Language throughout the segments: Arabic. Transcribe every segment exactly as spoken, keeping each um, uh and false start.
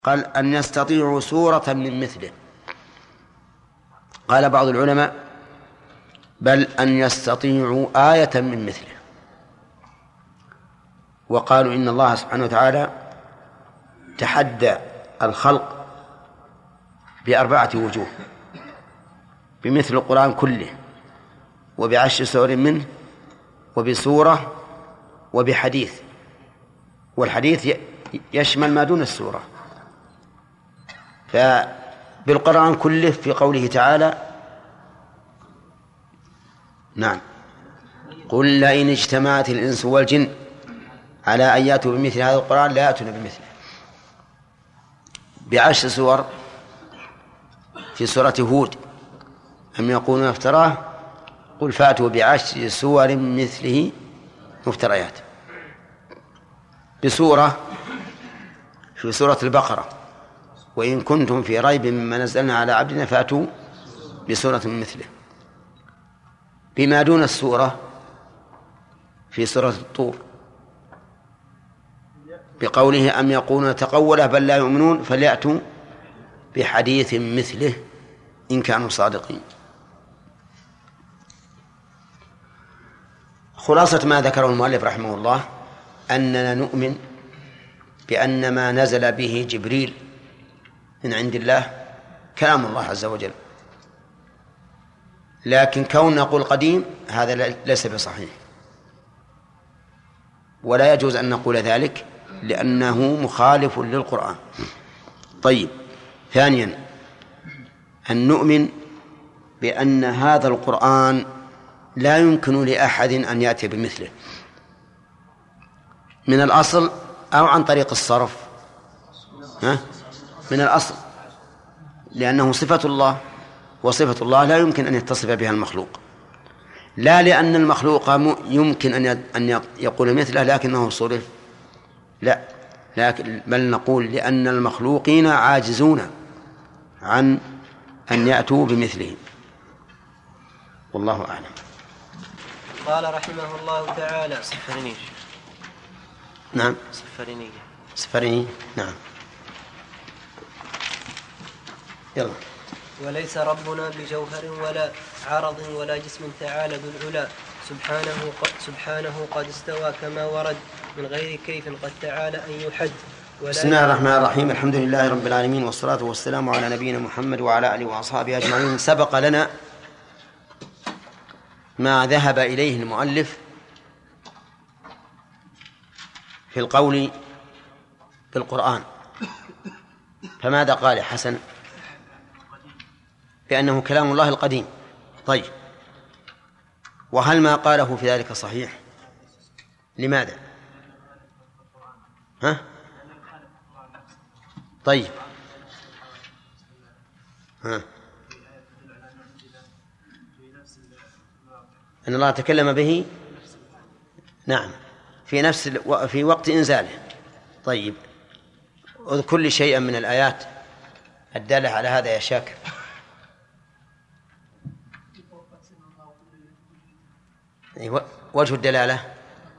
قال أن يستطيعوا سورة من مثله. قال بعض العلماء بل أن يستطيعوا آية من مثله، وقالوا إن الله سبحانه وتعالى تحدى الخلق بأربعة وجوه: بمثل القرآن كله، وبعشر سور منه، وبسورة، وبحديث. والحديث يشمل ما دون السورة. فبالقرآن كله في قوله تعالى: نعم قل لئن اجتمعت الإنس والجن على أن يأتوا بمثل هذا القرآن لا يأتون بمثله. بعشر سور في سورة هود: أم يقولون افتراه قل فأتوا بعشر سور مثله مفتريات. بسورة في سورة البقرة: وإن كنتم في ريب مما نزلنا على عبدنا فأتوا بسورة من مثله. بما دون السورة في سورة الطور بقوله: أم يقولون تقوله بل لا يؤمنون فليأتوا بحديث مثله إن كانوا صادقين. خلاصة ما ذكره المؤلف رحمه الله أننا نؤمن بأن ما نزل به جبريل من عند الله كلام الله عز وجل، لكن كون نقول قديم هذا ليس بصحيح، ولا يجوز أن نقول ذلك لأنه مخالف للقرآن. طيب، ثانيا أن نؤمن بأن هذا القرآن لا يمكن لأحد أن يأتي بمثله من الأصل أو عن طريق الصرف. ها؟ من الأصل، لأنه صفة الله، وصفة الله لا يمكن أن يتصف بها المخلوق، لا لأن المخلوق يمكن أن يقول مثله لكنه صرف، لا، لكن بل نقول لأن المخلوقين عاجزون عن أن يأتوا بمثله. والله أعلم. قال رحمه الله تعالى: سفريني. نعم سفريني سفريني نعم. يلا. وليس ربنا بجوهر ولا عرض ولا جسم تعالى ذو العلا، سبحانه سبحانه قد استوى كما ورد من غير كيف قد تعالى أن يحد. بسم الله الرحمن الرحيم. الحمد لله رب العالمين، والصلاة والسلام على نبينا محمد وعلى آله وأصحابه أجمعين. سبق لنا ما ذهب إليه المؤلف في القول بالقرآن. فماذا قال حسن؟ بأنه كلام الله القديم. طيب، وهل ما قاله في ذلك صحيح؟ لماذا؟ ها؟ طيب، ها؟ أن الله تكلم به، نعم، في نفس في وقت إنزاله. طيب، اذكر لي شيئا من الآيات الدالة على هذا يا شاكر. وجه الدلالة: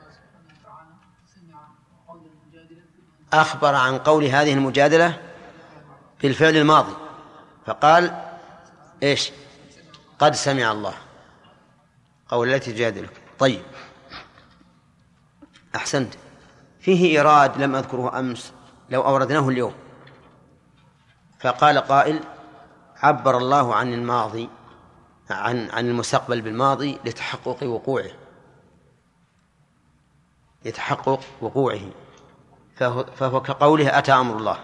أخبر عن قول هذه المجادلة بالفعل الماضي، فقال إيش؟ قد سمع الله قول التي تجادلك. طيب، أحسنت. فيه إيراد لم أذكره أمس، لو أوردناه اليوم. فقال قائل: عبر الله عن الماضي عن عن المستقبل بالماضي لتحقق وقوعه، لتحقق وقوعه، فهو, فهو كقوله: أتى أمر الله.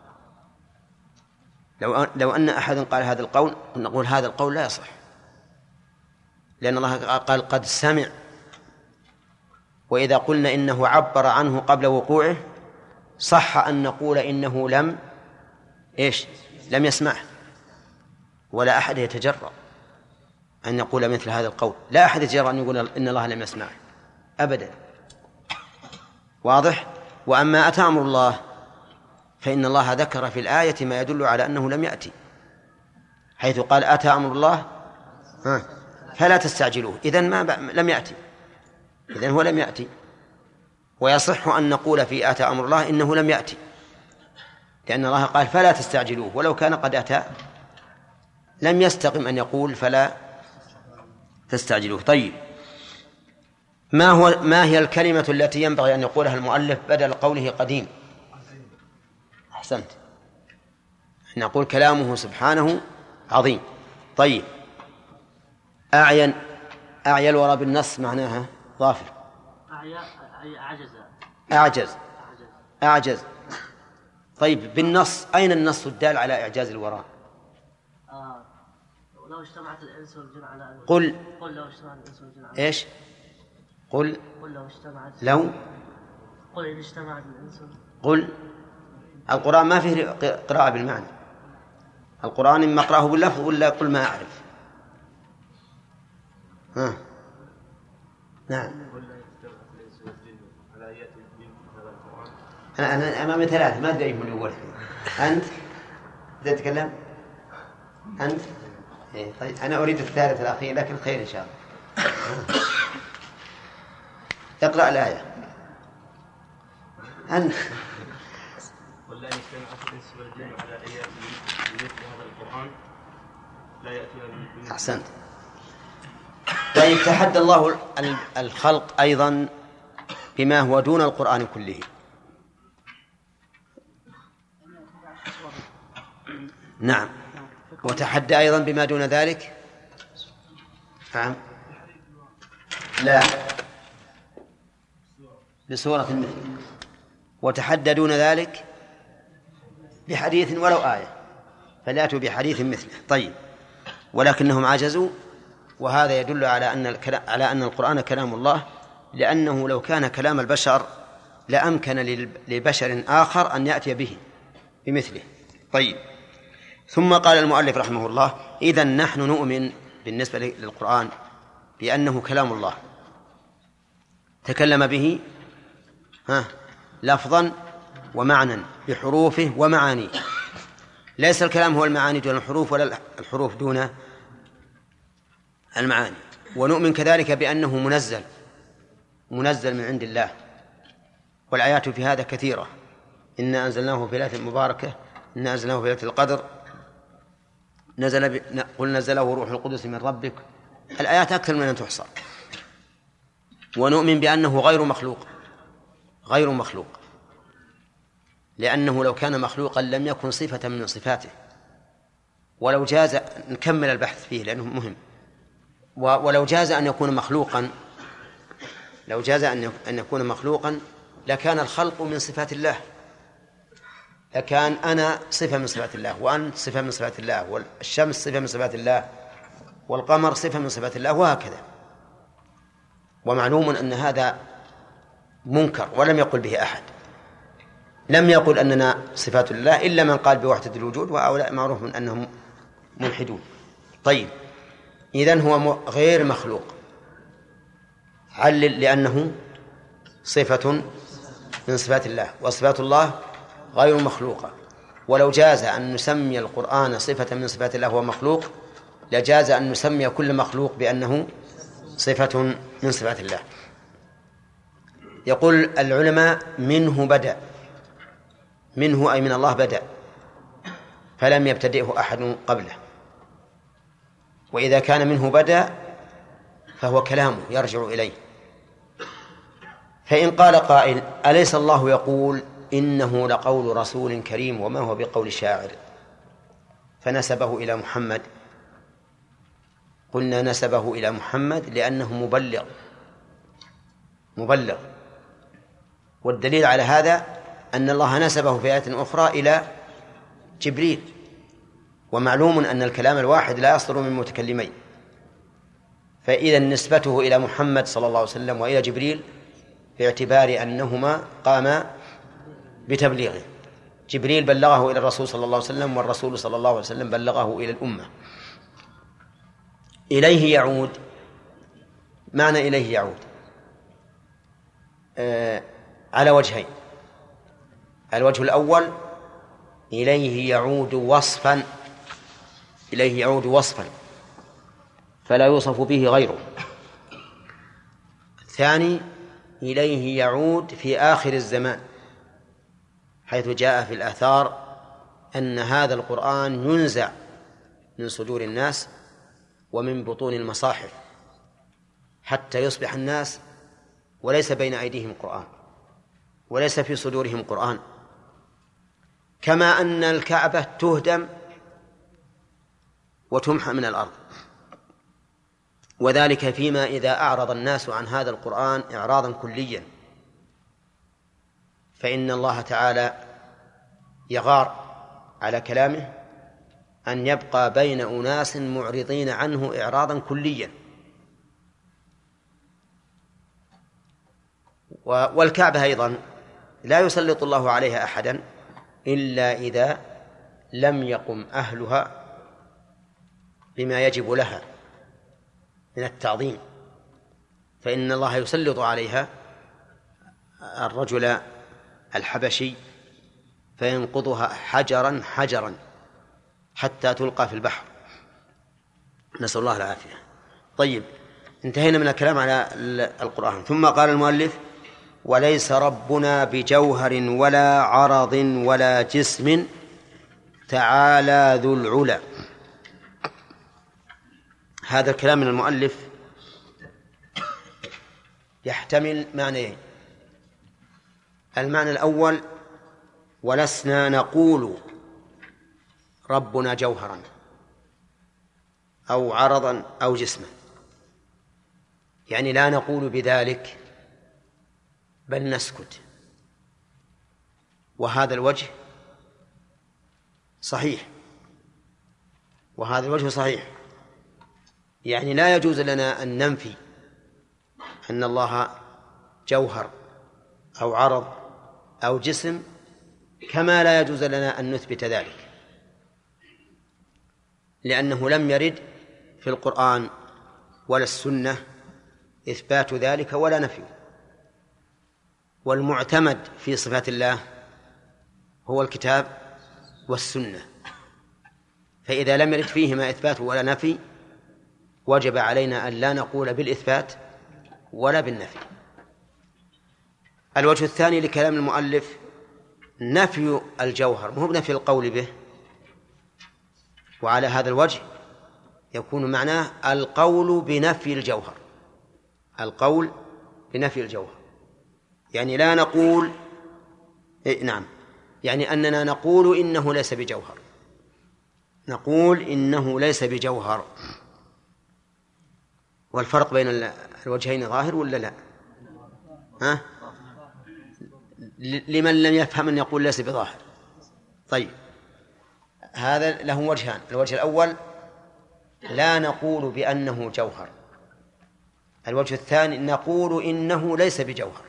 لو لو أن أحد قال هذا القول نقول هذا القول لا يصح، لأن الله قال قد سمع، وإذا قلنا إنه عبر عنه قبل وقوعه صح أن نقول إنه لم إيش لم يسمعه، ولا أحد يتجرأ أن يقول مثل هذا القول، لا أحد يتجرأ أن يقول إن الله لم يسمعه أبدا. واضح؟ وأما أتى أمر الله فإن الله ذكر في الآية ما يدل على أنه لم يأتي، حيث قال: أتى أمر الله فلا تستعجلوه. إذن ما لم يأتي، إذن هو لم يأتي. ويصح أن نقول في آتى أمر الله إنه لم يأتي، لأن الله قال فلا تستعجلوه، ولو كان قد أتى لم يستقم أن يقول فلا تستعجلوه. طيب، ما هو ما هي الكلمة التي ينبغي أن يقولها المؤلف بدل قوله قديم؟ أحسنت، نقول كلامه سبحانه عظيم. طيب، أعين أعيا الورى بالنص معناها ظافر. أعجز أعجز أعجز. طيب، بالنص أين النص الدال على إعجاز الوراء؟ آه. لو اجتمعت الإنس والجن على أن قل قل لو اجتمعت الإنس والجن على إيش؟ قل قل لو اجتمعت لو قل إن اجتمعت الإنس. قل القرآن ما فيه قراءة بالمعنى، القرآن إما أقرأه باللفظ ولا قل ما أعرف. ها نعم. أنا أنا أمامي ثلاثة ما أدري من يقول. أنت تتكلم أنت إيه؟ طيب أنا أريد الثالث الأخير لكن خير إن شاء الله. اقرأ الآية أنت. والله اجتمعت الإنس والجن على أن يأتوا بمثل هذا القرآن لا يأتون. أحسنت. طيب، تحدى الله الخلق أيضا بما هو دون القرآن كله. نعم، وتحدى أيضا بما دون ذلك. نعم، لا بسورة مثل، وتحدى دون ذلك بحديث ولو آية، فليأتوا بحديث مثله. طيب، ولكنهم عجزوا، وهذا يدل على أن على أن القرآن كلام الله، لأنه لو كان كلام البشر لأمكن لبشر آخر أن يأتي به بمثله. طيب، ثم قال المؤلف رحمه الله: إذن نحن نؤمن بالنسبة للقرآن بأنه كلام الله تكلم به ها لفظا ومعنى بحروفه ومعانيه، ليس الكلام هو المعاني دون الحروف ولا الحروف دون المعاني. ونؤمن كذلك بأنه منزل منزل من عند الله، والآيات في هذا كثيرة. إنا أنزلناه في ليلة مباركة، إنا أنزلناه في ليلة القدر، نزل ب... قل نزله روح القدس من ربك. الآيات أكثر من أن تحصى. ونؤمن بأنه غير مخلوق غير مخلوق لأنه لو كان مخلوقا لم يكن صفة من صفاته. ولو جاز نكمل البحث فيه لأنه مهم. ولو جاز أن يكون مخلوقا لو جاز أن يكون مخلوقا لكان الخلق من صفات الله، لكان أنا صفة من صفات الله، وأنت صفة من صفات الله، والشمس صفة من صفات الله، والقمر صفة من صفات الله، وهكذا. ومعلوم أن هذا منكر ولم يقل به أحد. لم يقل أننا صفات الله إلا من قال بوحدة الوجود، وهؤلاء معروف من أنهم ملحدون. طيب، إذن هو غير مخلوق. علل لأنه صفة من صفات الله، وصفات الله غير مخلوقة. ولو جاز أن نسمي القرآن صفة من صفات الله وهو مخلوق لجاز أن نسمي كل مخلوق بأنه صفة من صفات الله. يقول العلماء: منه بدأ، منه أي من الله بدأ، فلم يبتدئه أحد قبله. وإذا كان منه بدأ فهو كلامه يرجع إليه. فإن قال قائل: أليس الله يقول إنه لقول رسول كريم وما هو بقول شاعر، فنسبه إلى محمد؟ قلنا نسبه إلى محمد لأنه مبلغ مبلغ والدليل على هذا أن الله نسبه في آية أخرى إلى جبريل، ومعلوم أن الكلام الواحد لا يصدر من متكلمين. فإذا نسبته إلى محمد صلى الله عليه وسلم وإلى جبريل باعتبار أنهما قاما بتبليغه. جبريل بلغه إلى الرسول صلى الله عليه وسلم، والرسول صلى الله عليه وسلم بلغه إلى الأمة. إليه يعود، معنى إليه يعود آه على وجهين. الوجه الأول: إليه يعود وصفا إليه يعود وصفا فلا يوصف به غيره. الثاني: إليه يعود في آخر الزمان، حيث جاء في الآثار أن هذا القرآن ينزع من صدور الناس ومن بطون المصاحف حتى يصبح الناس وليس بين أيديهم قرآن وليس في صدورهم قرآن، كما أن الكعبة تهدم وتمحى من الأرض، وذلك فيما إذا أعرض الناس عن هذا القرآن إعراضا كليا، فإن الله تعالى يغار على كلامه أن يبقى بين أناس معرضين عنه إعراضا كليا. والكعبة أيضا لا يسلط الله عليها أحدا إلا إذا لم يقم أهلها بما يجب لها من التعظيم، فإن الله يسلط عليها الرجل الحبشي فينقضها حجرا حجرا حتى تلقى في البحر، نسأل الله العافية. طيب، انتهينا من الكلام على القرآن. ثم قال المؤلف: وليس ربنا بجوهر ولا عرض ولا جسم تعالى ذو العلا. هذا الكلام من المؤلف يحتمل معنيين. المعنى الأول: ولسنا نقول ربنا جوهرا أو عرضا أو جسما، يعني لا نقول بذلك بل نسكت، وهذا الوجه صحيح، وهذا الوجه صحيح، يعني لا يجوز لنا أن ننفي أن الله جوهر أو عرض أو جسم، كما لا يجوز لنا أن نثبت ذلك، لأنه لم يرد في القرآن ولا السنة إثبات ذلك ولا نفيه. والمعتمد في صفات الله هو الكتاب والسنة، فإذا لم يرد فيهما إثبات ولا نفي وجب علينا أن لا نقول بالإثبات ولا بالنفي. الوجه الثاني لكلام المؤلف نفي الجوهر، مو بنفي القول به، وعلى هذا الوجه يكون معناه القول بنفي الجوهر، القول بنفي الجوهر، يعني لا نقول إيه نعم يعني أننا نقول إنه ليس بجوهر، نقول إنه ليس بجوهر. والفرق بين الوجهين ظاهر ولا لا؟ ها؟ لمن لم يفهم أن يقول ليس بظاهر. طيب، هذا له وجهان. الوجه الأول: لا نقول بأنه جوهر. الوجه الثاني: نقول إنه ليس بجوهر.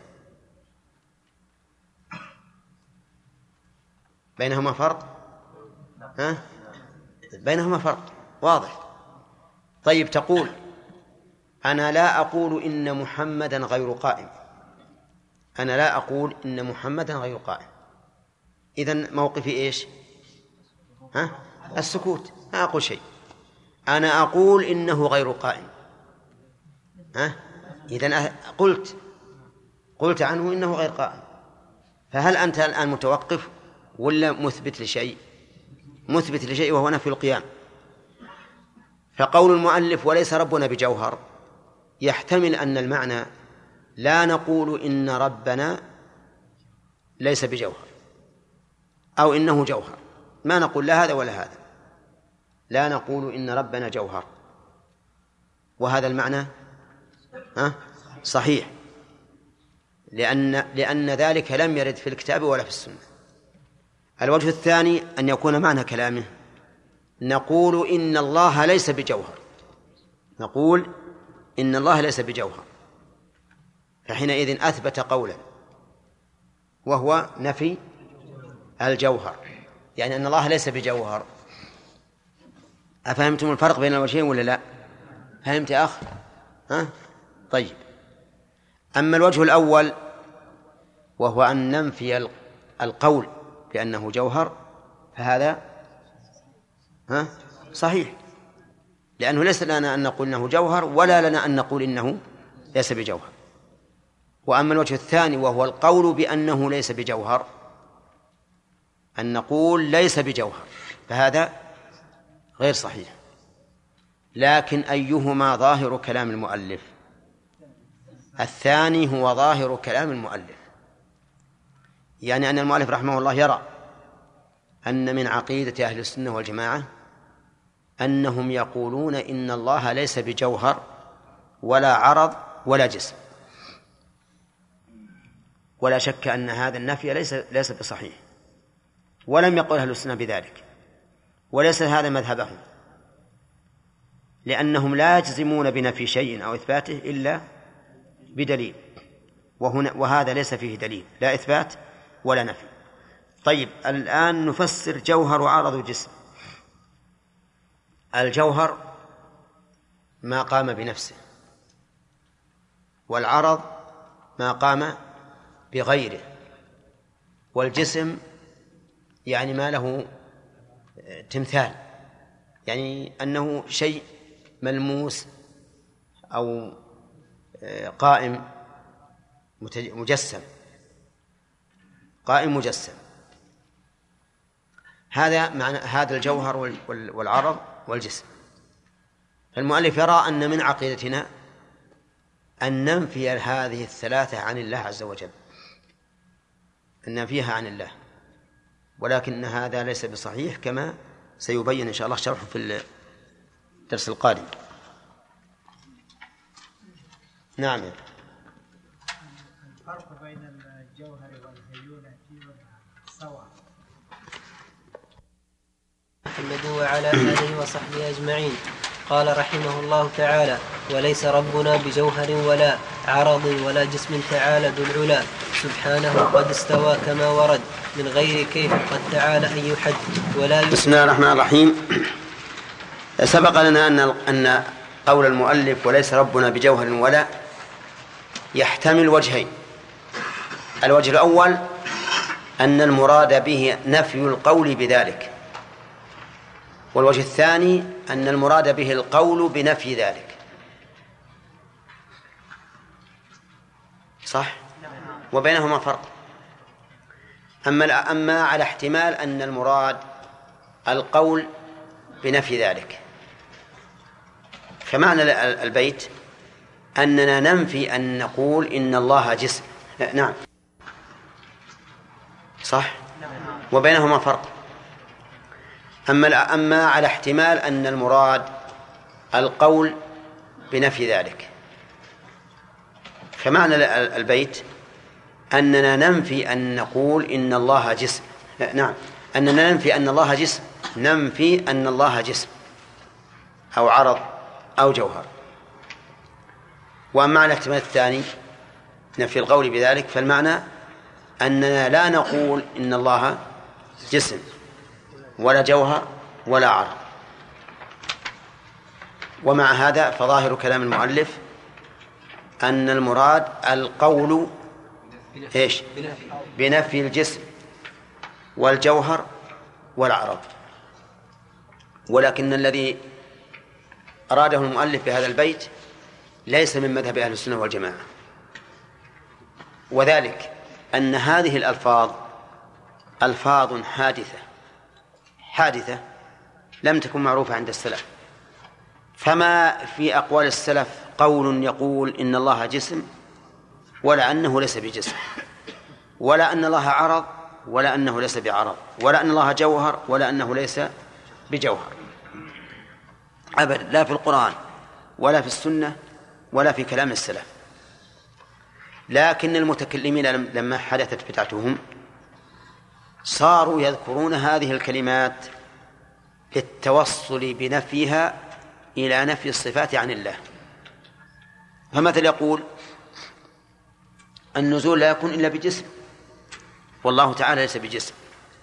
بينهما فرق؟ ها؟ بينهما فرق واضح. طيب، تقول: أنا لا أقول إن محمدا غير قائم، أنا لا أقول إن محمدا غير قائم، إذن موقفي إيش؟ ها؟ السكوت، ما أقول شيء. أنا أقول إنه غير قائم، ها؟ إذن قلت قلت عنه إنه غير قائم، فهل أنت الآن متوقف ولا مثبت لشيء؟ مثبت لشيء وهو نفي القيام. فقول المؤلف وليس ربنا بجوهر يحتمل أن المعنى لا نقول إن ربنا ليس بجوهر أو إنه جوهر، ما نقول لا هذا ولا هذا، لا نقول إن ربنا جوهر، وهذا المعنى ها صحيح، لأن لأن ذلك لم يرد في الكتاب ولا في السنة. الوجه الثاني أن يكون معنى كلامه نقول إن الله ليس بجوهر، نقول إن الله ليس بجوهر، فحينئذ أثبت قولا وهو نفي الجوهر، يعني أن الله ليس بجوهر. أفهمتم الفرق بين الوجهين ولا لا؟ فهمت يا أخ؟ ها؟ طيب، أما الوجه الأول وهو أن ننفي القول بأنه جوهر فهذا ها صحيح، لأنه ليس لنا أن نقول إنه جوهر ولا لنا أن نقول إنه ليس بجوهر. وأما الوجه الثاني وهو القول بأنه ليس بجوهر أن نقول ليس بجوهر، فهذا غير صحيح. لكن أيهما ظاهر كلام المؤلف؟ الثاني هو ظاهر كلام المؤلف، يعني أن المؤلف رحمه الله يرى أن من عقيدة أهل السنة والجماعة أنهم يقولون إن الله ليس بجوهر ولا عرض ولا جسم، ولا شك أن هذا النفي ليس ليس بصحيح، ولم يقل أهل السنة بذلك، وليس هذا مذهبهم، لأنهم لا يجزمون بنفي شيء أو إثباته إلا بدليل، وهنا وهذا ليس فيه دليل، لا إثبات ولا نفي. طيب الآن نفسر جوهر وعرض وجسم. الجوهر ما قام بنفسه، والعرض ما قام بغيره، والجسم يعني ما له تمثال، يعني أنه شيء ملموس أو قائم مجسم، قائم مجسم. هذا معنى هذا الجوهر والعرض والجسم. المؤلف يرى أن من عقيدتنا أن ننفي هذه الثلاثة عن الله عز وجل، أن ننفيها عن الله، ولكن هذا ليس بصحيح كما سيبين إن شاء الله شرحه في الدرس القادم. نعم. الفرق بين الجوهر والهيونة سواء. محمد وعلى آله وصحبه أجمعين. قال رحمه الله تعالى: وليس ربنا بجوهر ولا عرض ولا جسم تعالى ذو العلا، سبحانه قد استوى كما ورد، من غير كيف قد تعالى أن يحد ولا يحد. بسم الله الرحمن الرحيم. سبق لنا أن أن قول المؤلف وليس ربنا بجوهر ولا يحتمل وجهين. الوجه الأول أن المراد به نفي القول بذلك، والوجه الثاني أن المراد به القول بنفي ذلك. صح؟ وبينهما فرق. أما أما على احتمال أن المراد القول بنفي ذلك، فمعنى البيت أننا ننفي أن نقول إن الله جسم. نعم صح، وبينهما فرق. أما أما على احتمال أن المراد القول بنفي ذلك، فمعنى البيت أننا ننفي أن نقول إن الله جسم. نعم أننا ننفي أن الله جسم، ننفي أن الله جسم أو عرض أو جوهر. وأما على الاحتمال الثاني نفي القول بذلك، فالمعنى أننا لا نقول إن الله جسم ولا جوهر ولا عرض. ومع هذا فظاهر كلام المؤلف أن المراد القول إيش؟ بنفي الجسم والجوهر والعرض. ولكن الذي أراده المؤلف بهذا البيت ليس من مذهب أهل السنة والجماعة، وذلك أن هذه الألفاظ ألفاظ حادثة حادثة لم تكن معروفة عند السلف. فما في أقوال السلف قول يقول إن الله جسم ولا أنه ليس بجسم، ولا أن الله عرض ولا أنه ليس بعرض، ولا أن الله جوهر ولا أنه ليس بجوهر، أبدا، لا في القرآن ولا في السنة ولا في كلام السلف. لكن المتكلمين لما حدثت بدعتهم صاروا يذكرون هذه الكلمات للتوصل بنفيها إلى نفي الصفات عن الله. فمثل يقول النزول لا يكون إلا بجسم، والله تعالى ليس بجسم،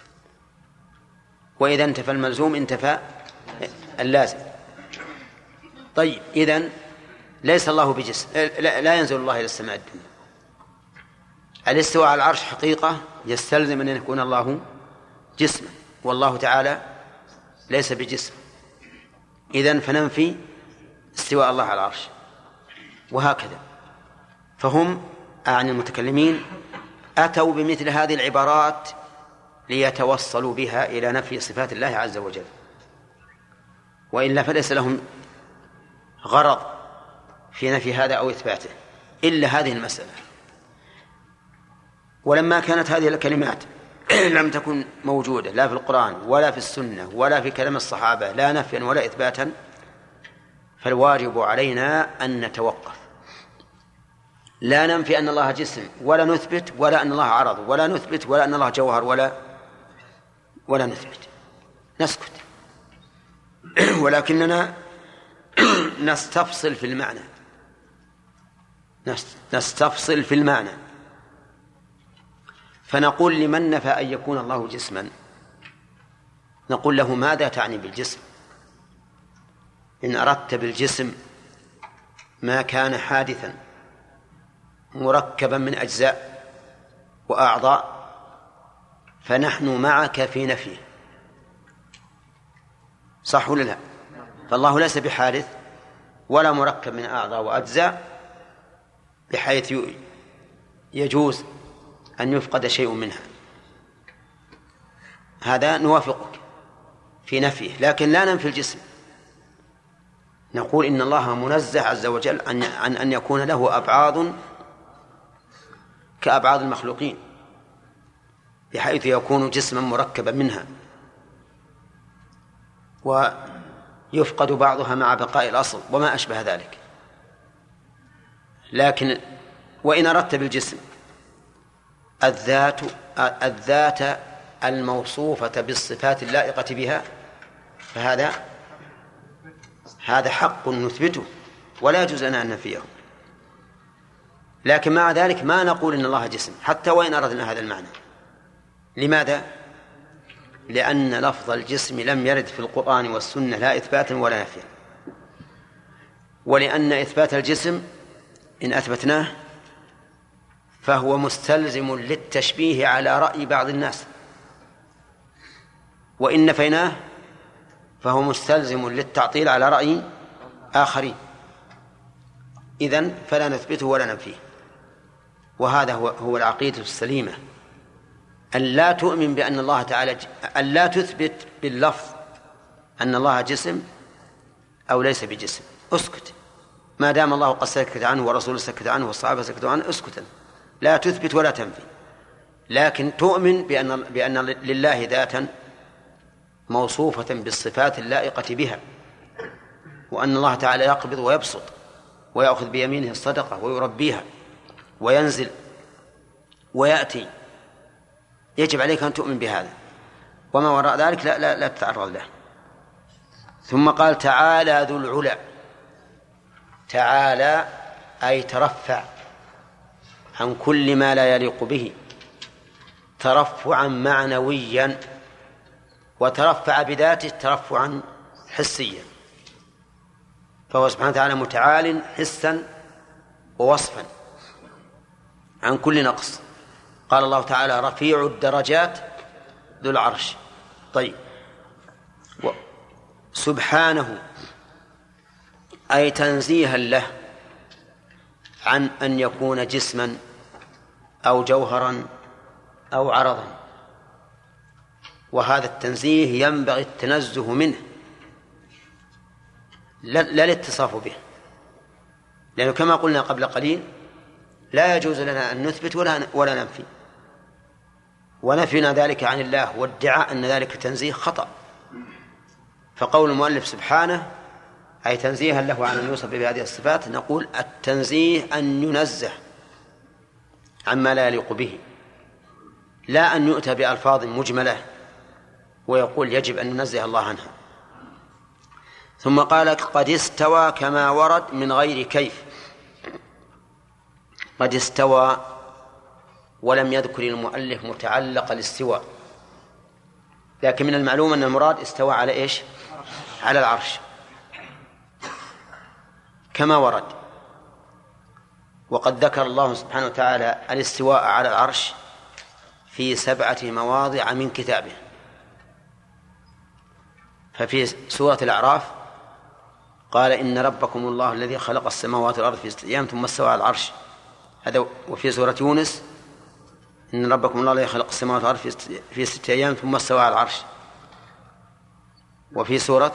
وإذا انتفى الملزوم انتفى اللازم. طيب إذن ليس الله بجسم، لا, لا ينزل الله إلى السماء الدنيا. الاستواء على العرش حقيقة يستلزم أن يكون الله جسما، والله تعالى ليس بجسم، إذن فننفي استواء الله على العرش، وهكذا. فهم عن المتكلمين أتوا بمثل هذه العبارات ليتوصلوا بها إلى نفي صفات الله عز وجل، وإلا فليس لهم غرض في نفي هذا أو إثباته إلا هذه المسألة. ولما كانت هذه الكلمات لم تكن موجودة لا في القرآن ولا في السنة ولا في كلام الصحابة لا نفيا ولا إثباتا، فالواجب علينا أن نتوقف، لا ننفي أن الله جسم ولا نثبت ولا أن الله عرض ولا نثبت ولا أن الله جوهر ولا ولا نثبت، نسكت. ولكننا نستفصل في المعنى، نستفصل في المعنى فنقول لمن نفى أن يكون الله جسما نقول له ماذا تعني بالجسم؟ إن أردت بالجسم ما كان حادثا مركبا من أجزاء وأعضاء فنحن معك في نفيه، صح ولا لا؟ فالله ليس بحادث ولا مركب من أعضاء وأجزاء بحيث يجوز أن يفقد شيء منها، هذا نوافقك في نفيه، لكن لا ننفي الجسم. نقول إن الله منزه عز وجل عن أن يكون له أبعاض كأبعاض المخلوقين بحيث يكون جسما مركبا منها ويفقد بعضها مع بقاء الأصل وما أشبه ذلك. لكن وإن أردت بالجسم الذات الذات الموصوفة بالصفات اللائقة بها فهذا هذا حق نثبته ولا يجوز لنا أن ننفيه، لكن مع ذلك ما نقول إن الله جسم حتى وإن أردنا هذا المعنى. لماذا؟ لأن لفظ الجسم لم يرد في القرآن والسنة لا إثباتا ولا نفيا، ولأن إثبات الجسم إن أثبتناه فهو مستلزم للتشبيه على رأي بعض الناس، وإن نفيناه فهو مستلزم للتعطيل على رأي آخرين، إذن فلا نثبته ولا ننفيه. وهذا هو, هو العقيدة السليمة، أن لا تؤمن بأن الله تعالى أن لا تثبت باللفظ أن الله جسم أو ليس بجسم، اسكت ما دام الله قد سكت عنه ورسوله سكت عنه والصحابة سكتوا عنه، اسكت لا تثبت ولا تنفي، لكن تؤمن بأن, بأن لله ذاتا موصوفة بالصفات اللائقة بها، وأن الله تعالى يقبض ويبسط ويأخذ بيمينه الصدقة ويربيها وينزل ويأتي، يجب عليك أن تؤمن بهذا، وما وراء ذلك لا, لا, لا تتعرض له. ثم قال تعالى ذو العلا، تعالى أي ترفع عن كل ما لا يليق به ترفعا معنويا، وترفع بذاته ترفعا حسيا، فهو سبحانه وتعالى متعال حسا ووصفا عن كل نقص. قال الله تعالى رفيع الدرجات ذو العرش. طيب، سبحانه أي تنزيها له عن أن يكون جسما أو جوهرا أو عرضا، وهذا التنزيه ينبغي التنزه منه لا الاتصاف به، لأنه كما قلنا قبل قليل لا يجوز لنا أن نثبت ولا ولا ننفي، ونفينا ذلك عن الله وادعاء أن ذلك تنزيه خطأ. فقول المؤلف سبحانه أي تنزيها له عن أن يوصف بهذه الصفات، نقول التنزيه أن ينزه عما لا يليق به، لا أن يؤتى بألفاظ مجملة ويقول يجب أن ننزه الله عنها. ثم قال قد استوى كما ورد من غير كيف. قد استوى ولم يذكر المؤلف متعلق الاستواء، لكن من المعلوم أن المراد استوى على إيش؟ على العرش كما ورد. وقد ذكر الله سبحانه وتعالى الاستواء على العرش في سبعة مواضع من كتابه. ففي سورة الأعراف قال إن ربكم الله الذي خلق السماوات والأرض في ستة أيام ثم استوى على العرش، هذا. وفي سورة يونس إن ربكم الله الذي خلق السماوات والأرض في ستة أيام ثم استوى على العرش. وفي سورة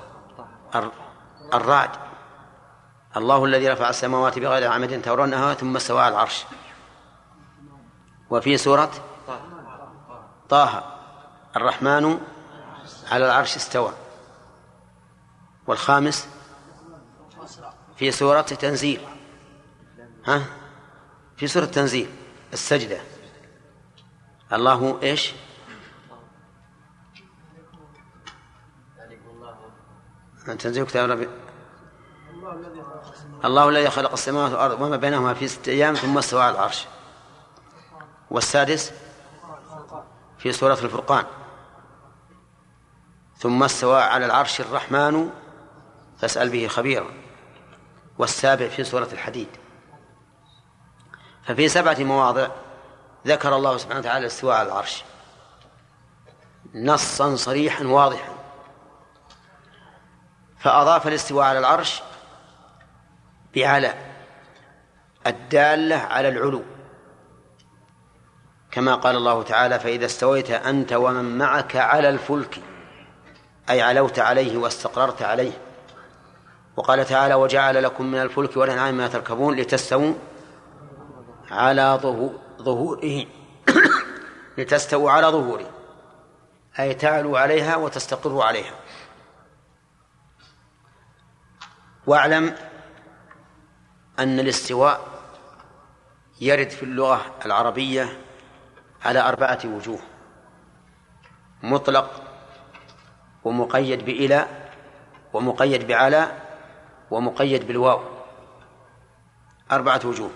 الرعد الله الذي رفع السماوات بغير عمد ترونها ثم استوى على العرش. وفي سورة طه الرحمن على العرش استوى. والخامس في سورة تنزيل ها في سورة تنزيل السجدة الله إيش تنزيل كتاب ربي الله الذي خلق السماوات والأرض وما بينهما في ستة أيام ثم استوى على العرش. والسادس في سورة الفرقان ثم استوى على العرش الرحمن فاسأل به خبيرا. والسابع في سورة الحديد. ففي سبعة مواضع ذكر الله سبحانه وتعالى الاستواء على العرش نصا صريحا واضحا، فأضاف الاستواء على العرش بعلى الدالة على العلو، كما قال الله تعالى فإذا استويت أنت ومن معك على الفلك أي علوت عليه واستقررت عليه. وقال تعالى وجعل لكم من الفلك والأنعام ما تركبون لتستووا على ظهوره لتستووا على ظهوره أي تعلوا عليها وتستقروا عليها. واعلم أن الاستواء يرد في اللغة العربية على أربعة وجوه: مطلق ومقيد بإلى ومقيد بعلى ومقيد بالواو، أربعة وجوه.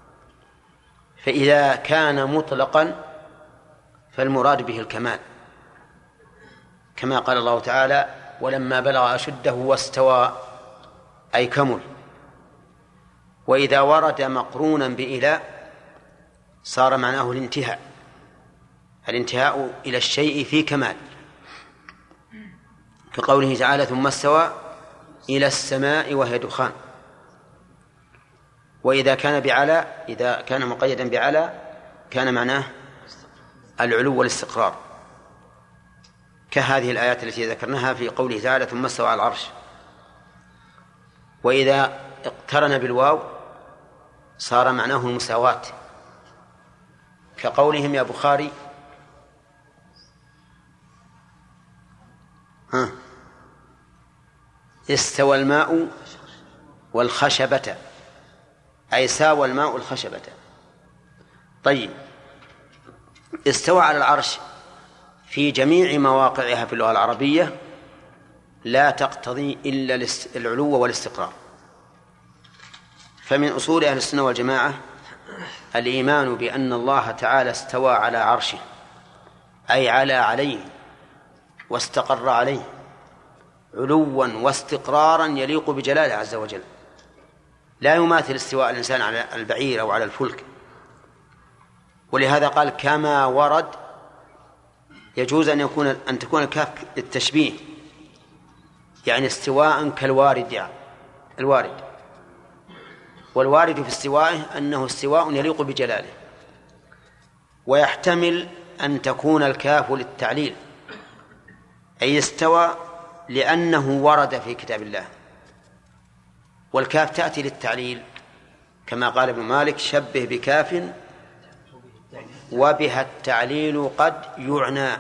فإذا كان مطلقا فالمراد به الكمال، كما قال الله تعالى ولما بلغ أشده واستوى أي كمل. وإذا ورد مقرونا بإلى صار معناه الانتهاء، الانتهاء إلى الشيء في كمال، كقوله تعالى ثم استوى إلى السماء وهي دخان. وإذا كان بعلى إذا كان مقيدا بعلى كان معناه العلو والاستقرار، كهذه الآيات التي ذكرناها في قوله تعالى ثم استوى على العرش. وإذا اقترن بالواو صار معناه المساواة، كقولهم يا بخاري ها استوى الماء والخشبة أي ساوى الماء الخشبة. طيب، استوى على العرش في جميع مواقعها في اللغة العربية لا تقتضي إلا العلو والاستقرار. فمن أصول أهل السنة والجماعة الإيمان بأن الله تعالى استوى على عرشه أي على عليه واستقر عليه علوا واستقرارا يليق بجلاله عز وجل، لا يماثل استواء الإنسان على البعير أو على الفلك. ولهذا قال كما ورد، يجوز أن يكون أن تكون الكاف للتشبيه، يعني استواء كالوارد يعني الوارد، والوارد في استوائه أنه استواء يليق بجلاله. ويحتمل أن تكون الكاف للتعليل أي استوى لأنه ورد في كتاب الله، والكاف تأتي للتعليل كما قال ابن مالك شبه بكاف وبها التعليل قد يعنى.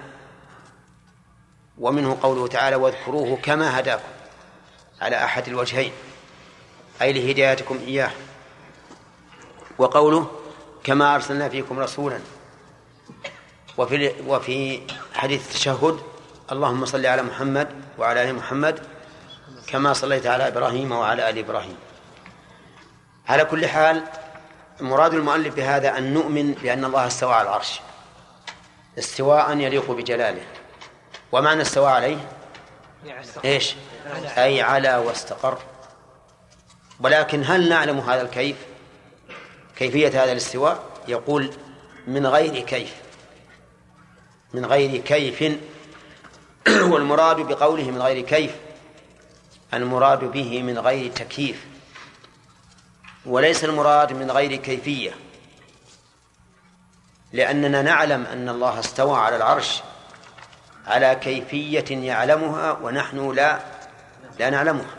ومنه قوله تعالى واذكروه كما هداكم على أحد الوجهين أي لهدايتكم إياه. وقوله كما أرسلنا فيكم رسولا. وفي وفي حديث التشهد اللهم صل على محمد وعلى آل محمد كما صليت على إبراهيم وعلى آل إبراهيم. على كل حال مراد المؤلف بهذا أن نؤمن بأن الله استوى على العرش استواء يليق بجلاله. ومعنى استوى عليه إيش؟ أي على واستقر. ولكن هل نعلم هذا الكيف؟ كيفية هذا الاستواء؟ يقول من غير كيف، من غير كيف. والمراد بقوله من غير كيف المراد به من غير تكييف، وليس المراد من غير كيفية. لأننا نعلم أن الله استوى على العرش على كيفية يعلمها ونحن لا لا نعلمها،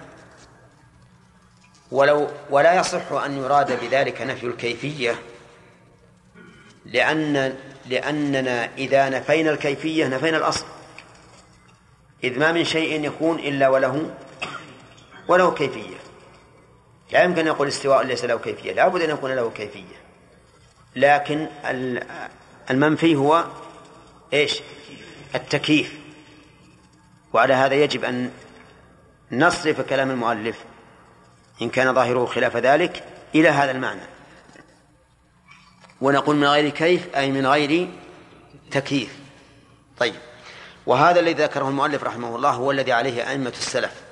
ولو ولا يصح أن يراد بذلك نفي الكيفية، لأن لأننا إذا نفينا الكيفية نفينا الأصل، إذ ما من شيء يكون إلا وله وله كيفية. لا يمكن أن يقول استواء ليس له كيفية، لا بد أن يكون له كيفية. لكن المنفي هو إيش؟ التكييف. وعلى هذا يجب أن نصرف كلام المؤلف إن كان ظاهره خلاف ذلك إلى هذا المعنى، ونقول من غير كيف أي من غير تكييف. طيب، وهذا الذي ذكره المؤلف رحمه الله هو الذي عليه أئمة السلف.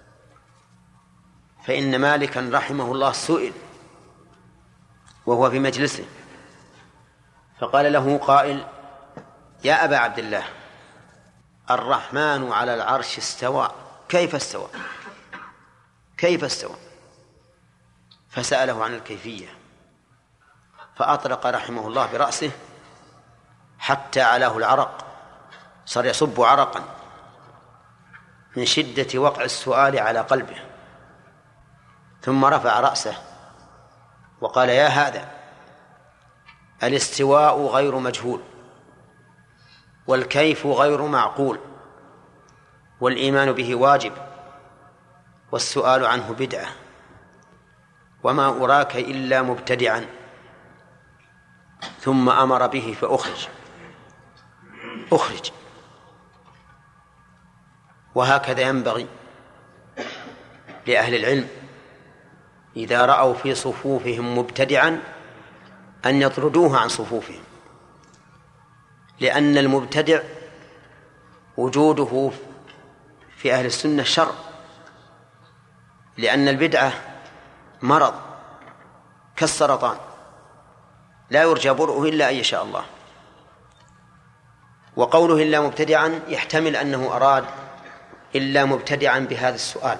فإن مالكا رحمه الله سئل وهو في مجلسه فقال له قائل: يا أبا عبد الله، الرحمن على العرش استوى، كيف استوى؟ كيف استوى؟ فسأله عن الكيفية، فأطلق رحمه الله برأسه حتى علاه العرق، صار يصب عرقا من شدة وقع السؤال على قلبه، ثم رفع رأسه وقال: يا هذا، الاستواء غير مجهول، والكيف غير معقول، والإيمان به واجب، والسؤال عنه بدعة، وما أراك إلا مبتدعا. ثم أمر به فأخرج أخرج وهكذا ينبغي لأهل العلم إذا رأوا في صفوفهم مبتدعا أن يطردوه عن صفوفهم، لأن المبتدع وجوده في أهل السنة شر، لأن البدعة مرض كالسرطان لا يرجى برؤه إلا أن يشاء الله. وقوله إلا مبتدعا يحتمل أنه أراد إلا مبتدعا بهذا السؤال،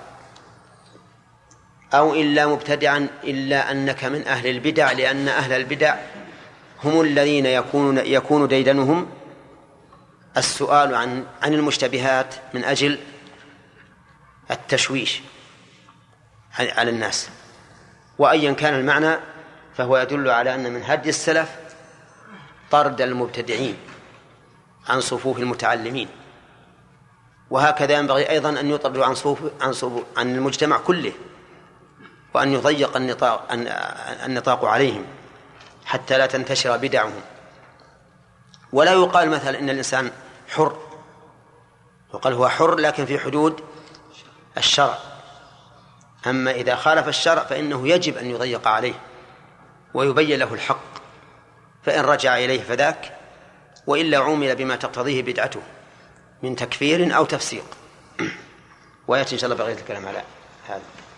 أو إلا مبتدعا إلا أنك من أهل البدع، لأن أهل البدع هم الذين يكون يكون ديدنهم السؤال عن عن المشتبهات من أجل التشويش على الناس. وأيا كان المعنى فهو يدل على أن من هدي السلف طرد المبتدعين عن صفوف المتعلمين، وهكذا ينبغي أيضا أن يطردوا عن صفوف عن صفوف عن المجتمع كله، وأن يضيق النطاق النطاق عليهم حتى لا تنتشر بدعهم. ولا يقال مثلا إن الإنسان حر، وقال هو حر لكن في حدود الشرع، أما إذا خالف الشرع فإنه يجب أن يضيق عليه ويبين له الحق، فإن رجع إليه فذاك، وإلا عومل بما تقتضيه بدعته من تكفير أو تفسيق. ويأتي إن شاء الله بقية الكلام على هذا.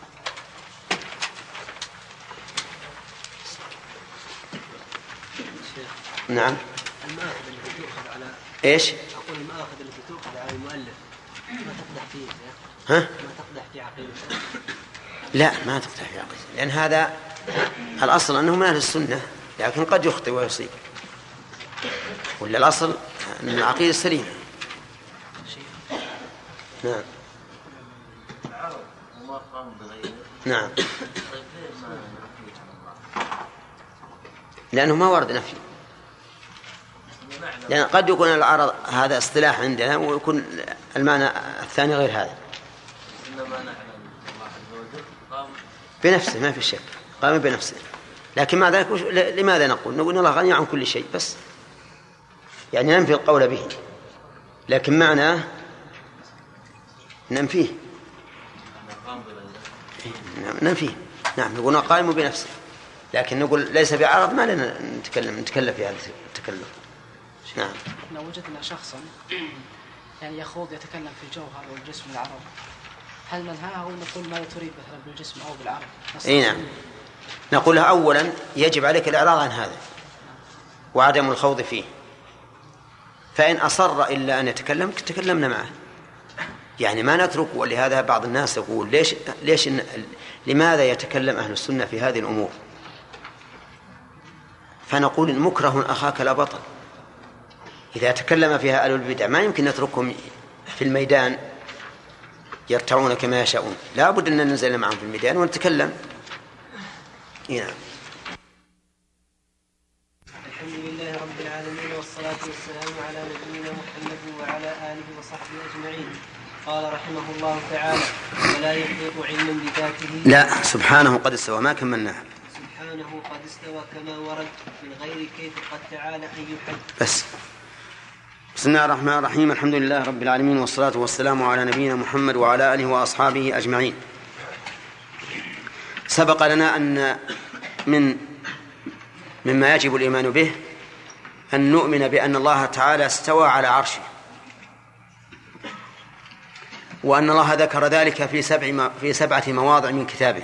نعم. المآخذ التي تؤخذ على إيش؟ أقول المآخذ التي تؤخذ على المؤلف ما تقدح فيه، ها؟ ما تقدح في عقيدته. لا، ما تقدح في عقيدته، لأن هذا الأصل أنه من أهل السنة، لكن قد يخطئ ويصيب، ولا الأصل أن العقيدة سليمة. نعم. نعم. لأنه ما ورد نفي، لأن قد يكون العرض هذا اصطلاح عندنا ويكون المعنى الثاني غير هذا. بنفسه ما في شك، قام بنفسه، لكن مع ذلك لماذا نقول نقول الله غني عن كل شيء بس، يعني ننفي القول به، لكن معناه ننفيه ننفيه نعم، نقول قائم بنفسه، لكن نقول ليس بعرض ما لنا نتكلم نتكلم في هذا التكلم. نعم. لو وجدنا شخصا يعني يخوض يتكلم في الجوهر والجسم العربي، هل ننهاه أو نقول ما تريد مثلا بالجسم أو بالعربي؟ اي نعم، نقول أولا يجب عليك الإعراض عن هذا وعدم الخوض فيه، فإن أصر إلا أن يتكلم تكلمنا معه، يعني ما نتركه. ولهذا بعض الناس يقول ليش ليش لماذا يتكلم أهل السنة في هذه الأمور؟ فنقول إن مكره أخاك لا بطل. إذا تكلم فيها أهل البدع ما يمكن نتركهم في الميدان يرتعون كما يشاءون، لا بد أن ننزل معهم في الميدان ونتكلم. نعم. الحمد لله رب العالمين والصلاة والسلام على نبينا محمد وعلى آله وصحبه أجمعين. قال رحمه الله تعالى: ولا يحيط علما بذاته. لا، سبحانه قد استوى، ما كملناها. سبحانه قد استوى كما ورد من غير كيف قد تعالى أن يحد. بس. بسم الله الرحمن الرحيم. الحمد لله رب العالمين والصلاة والسلام على نبينا محمد وعلى آله وأصحابه أجمعين. سبق لنا أن من مما يجب الإيمان به أن نؤمن بأن الله تعالى استوى على عرشه، وأن الله ذكر ذلك في سبع في سبعة مواضع من كتابه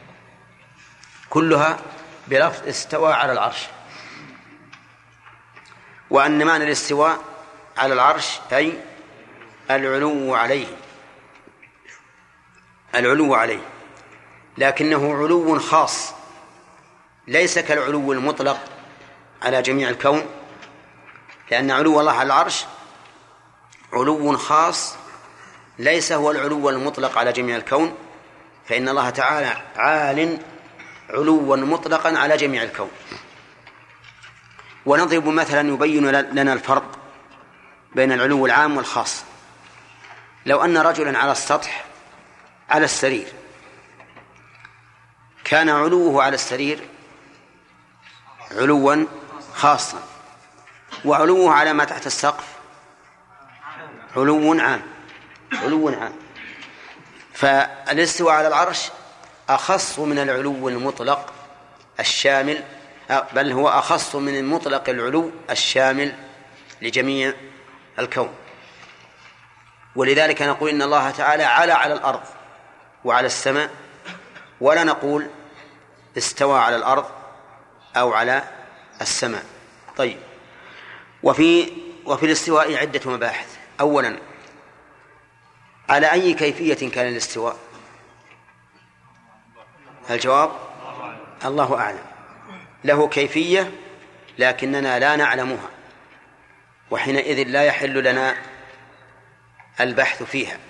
كلها بلفظ استوى على العرش، وأن معنى الاستواء على العرش أي العلو عليه، العلو عليه، لكنه علو خاص ليس كالعلو المطلق على جميع الكون، لأن علو الله على العرش علو خاص ليس هو العلو المطلق على جميع الكون، فإن الله تعالى عال علوا مطلقا على جميع الكون. ونضرب مثلا يبين لنا الفرق بين العلو العام والخاص. لو أن رجلا على السطح على السرير كان علوه على السرير علوا خاصا، وعلوه على ما تحت السقف علو عام، علو عام. فالاستواء على العرش أخص من العلو المطلق الشامل، بل هو أخص من المطلق العلو الشامل لجميع الكون. ولذلك نقول إن الله تعالى علا على الأرض وعلى السماء، ولا نقول استوى على الأرض أو على السماء. طيب، وفي وفي الاستواء عدة مباحث. أولا، على أي كيفية كان الاستواء؟ الجواب الله أعلم. له كيفية لكننا لا نعلمها، وحينئذ لا يحل لنا البحث فيها،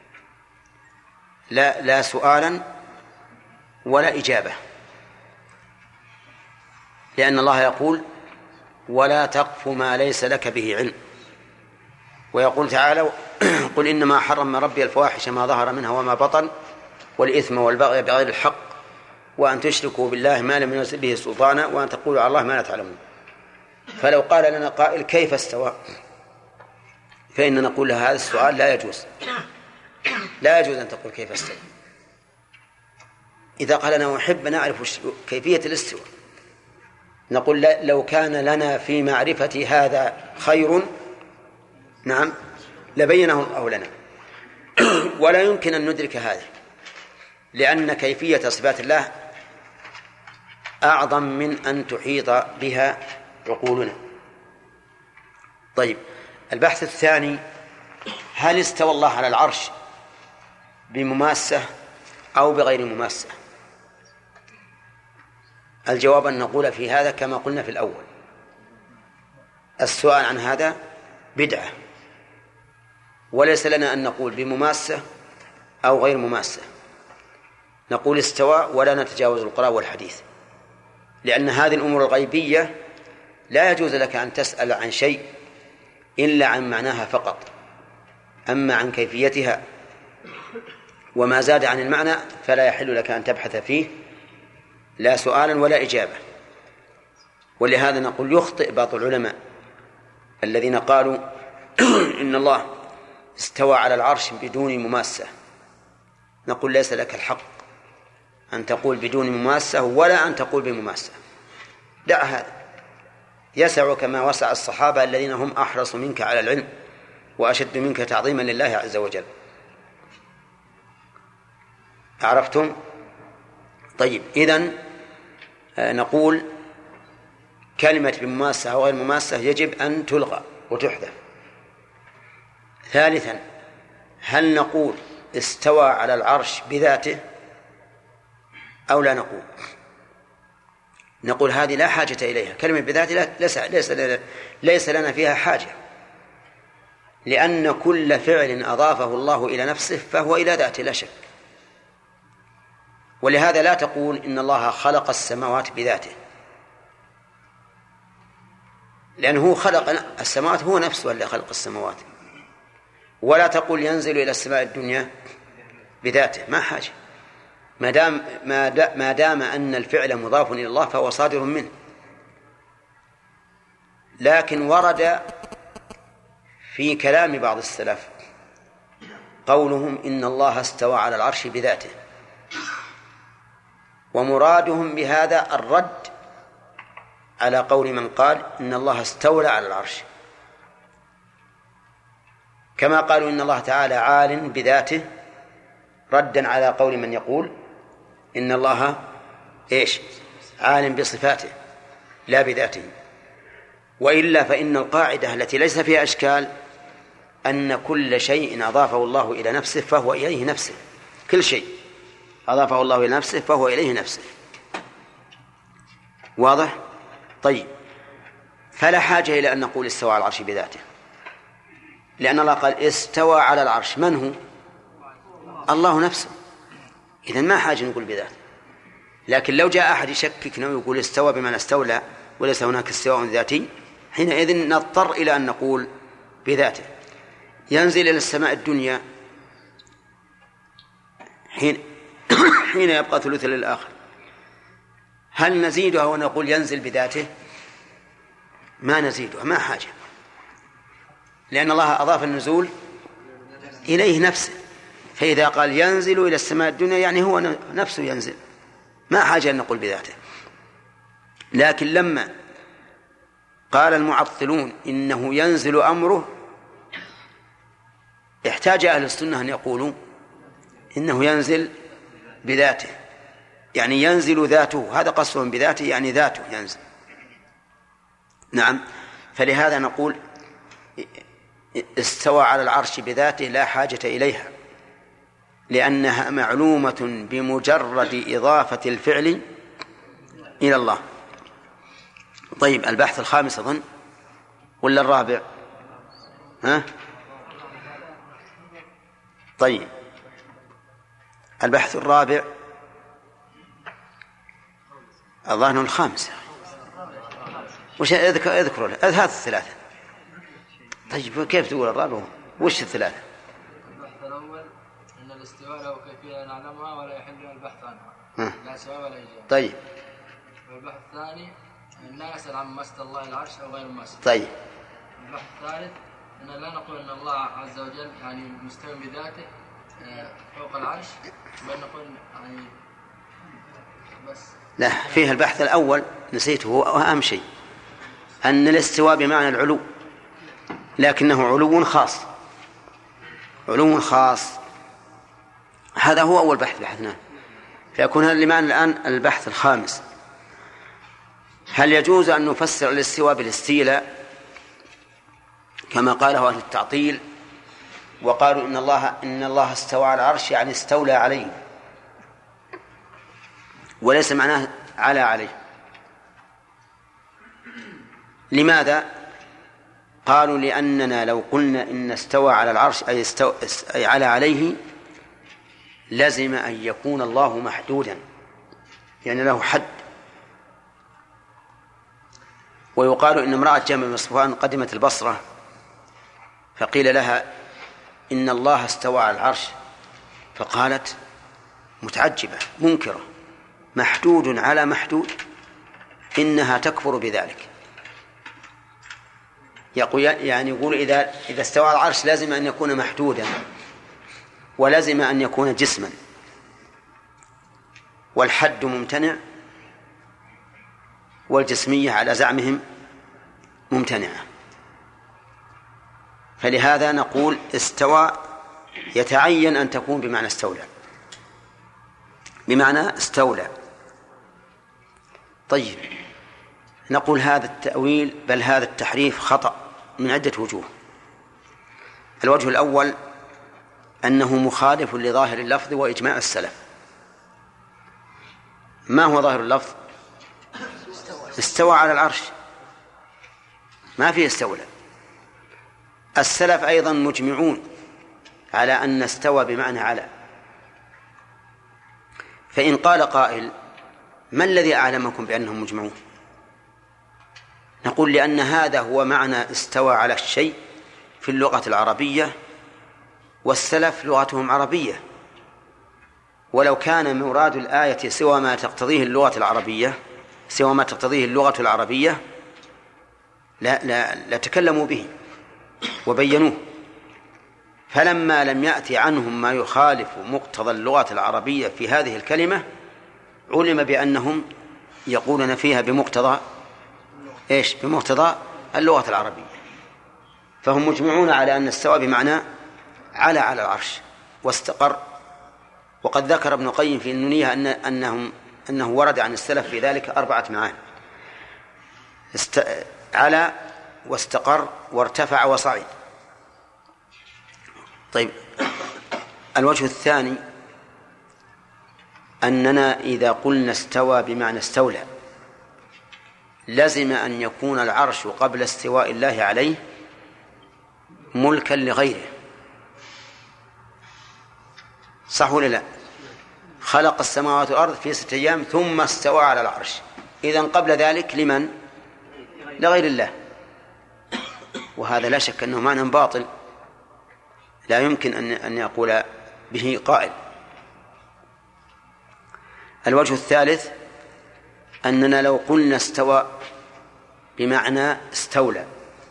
لا لا سؤالا ولا إجابة، لأن الله يقول: ولا تقف ما ليس لك به علم. ويقول تعالى: قل إنما حرم ربي الفواحش ما ظهر منها وما بطن والإثم والبغي بغير الحق وأن تشركوا بالله ما لم ينزل به سلطانا وأن تقولوا على الله ما لا تعلمون. فلو قال لنا قائل: كيف استوى؟ فإن نقول له: هذا السؤال لا يجوز، لا يجوز أن تقول كيف استوى. إذا قال: أنا أحب نعرف كيفية الاستواء، نقول: لو كان لنا في معرفة هذا خير نعم لبينه الله لنا. ولا يمكن أن ندرك هذا، لأن كيفية صفات الله أعظم من أن تحيط بها عقولنا. طيب، البحث الثاني: هل استوى الله على العرش بمماسة أو بغير مماسة؟ الجواب أن نقول في هذا كما قلنا في الأول: السؤال عن هذا بدعة، وليس لنا أن نقول بمماسة أو غير مماسة، نقول استوى ولا نتجاوز القرآن والحديث، لأن هذه الأمور الغيبية لا يجوز لك أن تسأل عن شيء إلا عن معناها فقط، أما عن كيفيتها وما زاد عن المعنى فلا يحل لك أن تبحث فيه لا سؤالا ولا إجابة. ولهذا نقول: يخطئ بعض العلماء الذين قالوا إن الله استوى على العرش بدون مماسة. نقول: ليس لك الحق أن تقول بدون مماسة ولا أن تقول بمماسة، دع هذا، يسعك ما وسع الصحابة الذين هم أحرص منك على العلم وأشد منك تعظيما لله عز وجل. عرفتم؟ طيب، إذن نقول كلمة بمماسة أو غير مماسة يجب أن تلغى وتحذف. ثالثا، هل نقول استوى على العرش بذاته أو لا نقول؟ نقول هذه لا حاجة إليها، كلمة بذاته ليس, ليس, ليس لنا فيها حاجة، لأن كل فعل أضافه الله إلى نفسه فهو إلى ذاته لا شك. ولهذا لا تقول إن الله خلق السماوات بذاته، لأنه خلق السماوات، هو نفسه اللي خلق السماوات. ولا تقول ينزل إلى السماء الدنيا بذاته، ما حاجة، ما دام ما دام أن الفعل مضاف إلى الله فهو صادر منه. لكن ورد في كلام بعض السلف قولهم إن الله استوى على العرش بذاته، ومرادهم بهذا الرد على قول من قال إن الله استولى على العرش، كما قالوا إن الله تعالى عال بذاته، ردا على قول من يقول إن الله إيش عال بصفاته لا بذاته. وإلا فإن القاعدة التي ليس فيها أشكال أن كل شيء أضافه الله إلى نفسه فهو إليه نفسه، كل شيء أضافه الله إلى نفسه فهو إليه نفسه. واضح؟ طيب، فلا حاجة إلى أن نقول استوى على العرش بذاته، لأن الله قال استوى على العرش، من هو؟ الله نفسه، إذن ما حاجة نقول بذاته. لكن لو جاء أحد يشككنا ويقول استوى بمعنى استولى وليس هناك استواء ذاتي، حينئذ نضطر إلى أن نقول بذاته. ينزل إلى السماء الدنيا حين حين يبقى ثلث للآخر، هل نزيدها ونقول ينزل بذاته؟ ما نزيدها، ما حاجة، لأن الله أضاف النزول إليه نفسه، فإذا قال ينزل إلى السماء الدنيا يعني هو نفسه ينزل، ما حاجة أن نقول بذاته. لكن لما قال المعطلون إنه ينزل أمره، احتاج أهل السنة أن يقولوا إنه ينزل بذاته، يعني ينزل ذاته، هذا قصدهم بذاته يعني ذاته ينزل. نعم، فلهذا نقول استوى على العرش بذاته لا حاجة إليها، لأنها معلومة بمجرد إضافة الفعل إلى الله. طيب، البحث الخامس أظن ولا الرابع؟ ها؟ طيب، البحث الرابع الظاهر الخامس. وش اذكر اذكروا له هذه الثلاثة. طيب، كيف تقول الرابع؟ وش الثلاثة؟ البحث الأول أن الاستواء له كيفية نعلمها ولا يحل البحث عنها، لا سواء ولا إجابة. طيب. والبحث الثاني أن لا يسأل عن مسد الله العرش أو غير مسد. طيب. البحث الثالث أن لا نقول أن الله عز وجل يعني مستوى بذاته فوق العرش، بل نقول يعني بس. لا، فيه البحث الأول نسيته، هو أهم شيء، أن الاستواء بمعنى العلو، لكنه علو خاص، علو خاص، هذا هو أول بحث بحثناه. فيكون هذا لمعنى الآن البحث الخامس. هل يجوز أن نفسر الاستواء بالاستيلاء كما قاله أهل التعطيل وقالوا إن الله إن الله استوى على العرش يعني استولى عليه، وليس معناه على عليه. لماذا؟ قالوا لأننا لو قلنا إن استوى على العرش أي, استو... أي على عليه لازم أن يكون الله محدودا، يعني له حد. ويقال إن امرأة جابر بن صفوان قدمت البصرة فقيل لها إن الله استوى على العرش، فقالت متعجبة منكرة محدود على محدود، إنها تكفر بذلك. يقول يعني يقول إذا إذا استوى على العرش لازم أن يكون محدودا، ولازم أن يكون جسما، والحد ممتنع والجسمية على زعمهم ممتنعة. فلهذا نقول استوى يتعين أن تكون بمعنى استولى، بمعنى استولى. طيب، نقول هذا التأويل بل هذا التحريف خطأ من عدة وجوه. الوجه الأول أنه مخالف لظاهر اللفظ وإجماع السلف. ما هو ظاهر اللفظ؟ استوى على العرش، ما فيه استولى. السلف أيضا مجمعون على أن استوى بمعنى على. فإن قال قائل ما الذي أعلمكم بأنهم مجمعون؟ نقول لأن هذا هو معنى استوى على الشيء في اللغة العربية، والسلف لغتهم عربية، ولو كان مراد الآية سوى ما تقتضيه اللغة العربية سوى ما تقتضيه اللغة العربية لا لا لا تكلموا به وبينوه. فلما لم يأتي عنهم ما يخالف مقتضى اللغة العربية في هذه الكلمة علم بأنهم يقولون فيها بمقتضى إيش؟ بمقتضى اللغة العربية. فهم مجمعون على أن استوى بمعنى على على العرش واستقر. وقد ذكر ابن القيم في النونية أن أنهم أنه ورد عن السلف في ذلك أربعة معاني: است... على واستقر وارتفع وصعد. طيب، الوجه الثاني أننا إذا قلنا استوى بمعنى استولى لزم أن يكون العرش قبل استواء الله عليه ملكا لغيره، صح ولا لا؟ خلق السماوات والأرض في ستة أيام ثم استوى على العرش، إذن قبل ذلك لمن؟ لغير الله. وهذا لا شك أنه معنى باطل لا يمكن أن أن يقول به قائل. الوجه الثالث أننا لو قلنا استوى بمعنى استولى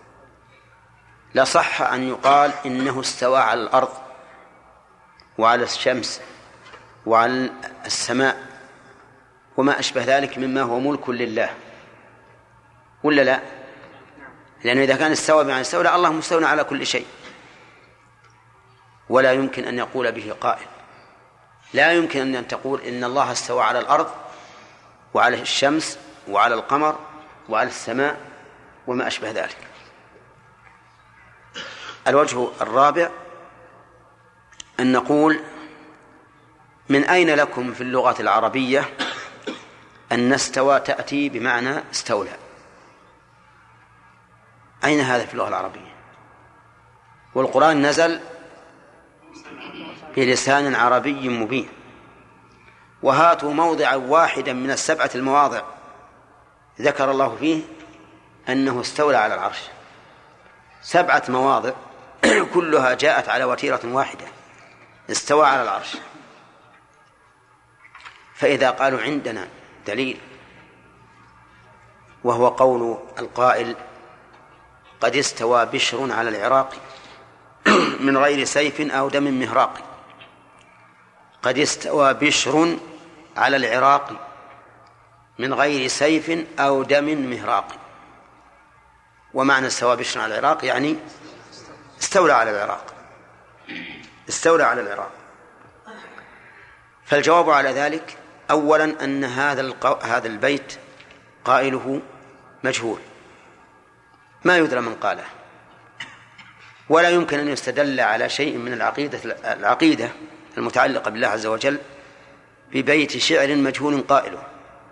لصح أن يقال إنه استوى على الأرض وعلى الشمس وعلى السماء وما أشبه ذلك مما هو ملك لله، ولا لا؟ لأنه إذا كان استوى بمعنى استولى الله مستولى على كل شيء، ولا يمكن أن يقول به قائل. لا يمكن أن تقول إن الله استوى على الأرض وعلى الشمس وعلى القمر وعلى السماء وما أشبه ذلك. الوجه الرابع أن نقول من أين لكم في اللغة العربية أن استوى تأتي بمعنى استولى؟ أين هذا في اللغة العربية؟ والقرآن نزل بلسان عربي مبين، وهاتوا موضعا واحدا من السبعة المواضع ذكر الله فيه أنه استولى على العرش، سبعة مواضع كلها جاءت على وتيرة واحدة، استوى على العرش. فإذا قالوا عندنا دليل وهو قول القائل قد استوى بشر على العراق من غير سيف أو دم مهراق، قد استوى بشر على العراق من غير سيف أو دم مهراق. ومعنى استوى بشر على العراق يعني استولى على العراق، استولى على العراق. فالجواب على ذلك أولا أن هذا القو... هذا البيت قائله مجهول ما يدرى من قاله، ولا يمكن أن يستدل على شيء من العقيدة العقيدة المتعلقة بالله عز وجل ببيت شعر مجهول قائله،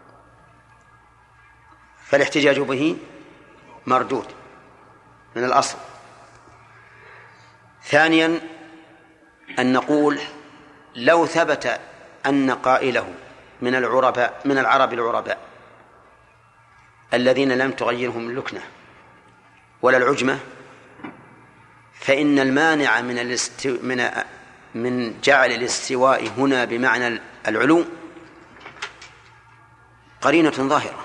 فالاحتجاج به مردود من الأصل. ثانيا أن نقول لو ثبت أن قائله من العرباء من العرب العرباء الذين لم تغيرهم اللكنة ولا العجمة، فإن المانع من الاستو... من من جعل الاستواء هنا بمعنى العلو قرينة ظاهرة،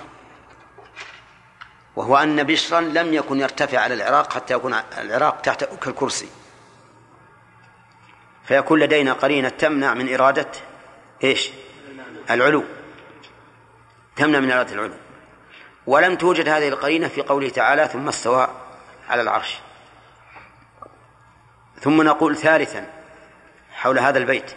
وهو أن بشرا لم يكن يرتفع على العراق حتى يكون العراق تحت كالكرسي، فيكون لدينا قرينة تمنع من إرادة إيش؟ العلو، تمنع من إرادة العلو. ولم توجد هذه القرينة في قوله تعالى ثم استوى على العرش. ثم نقول ثالثا حول هذا البيت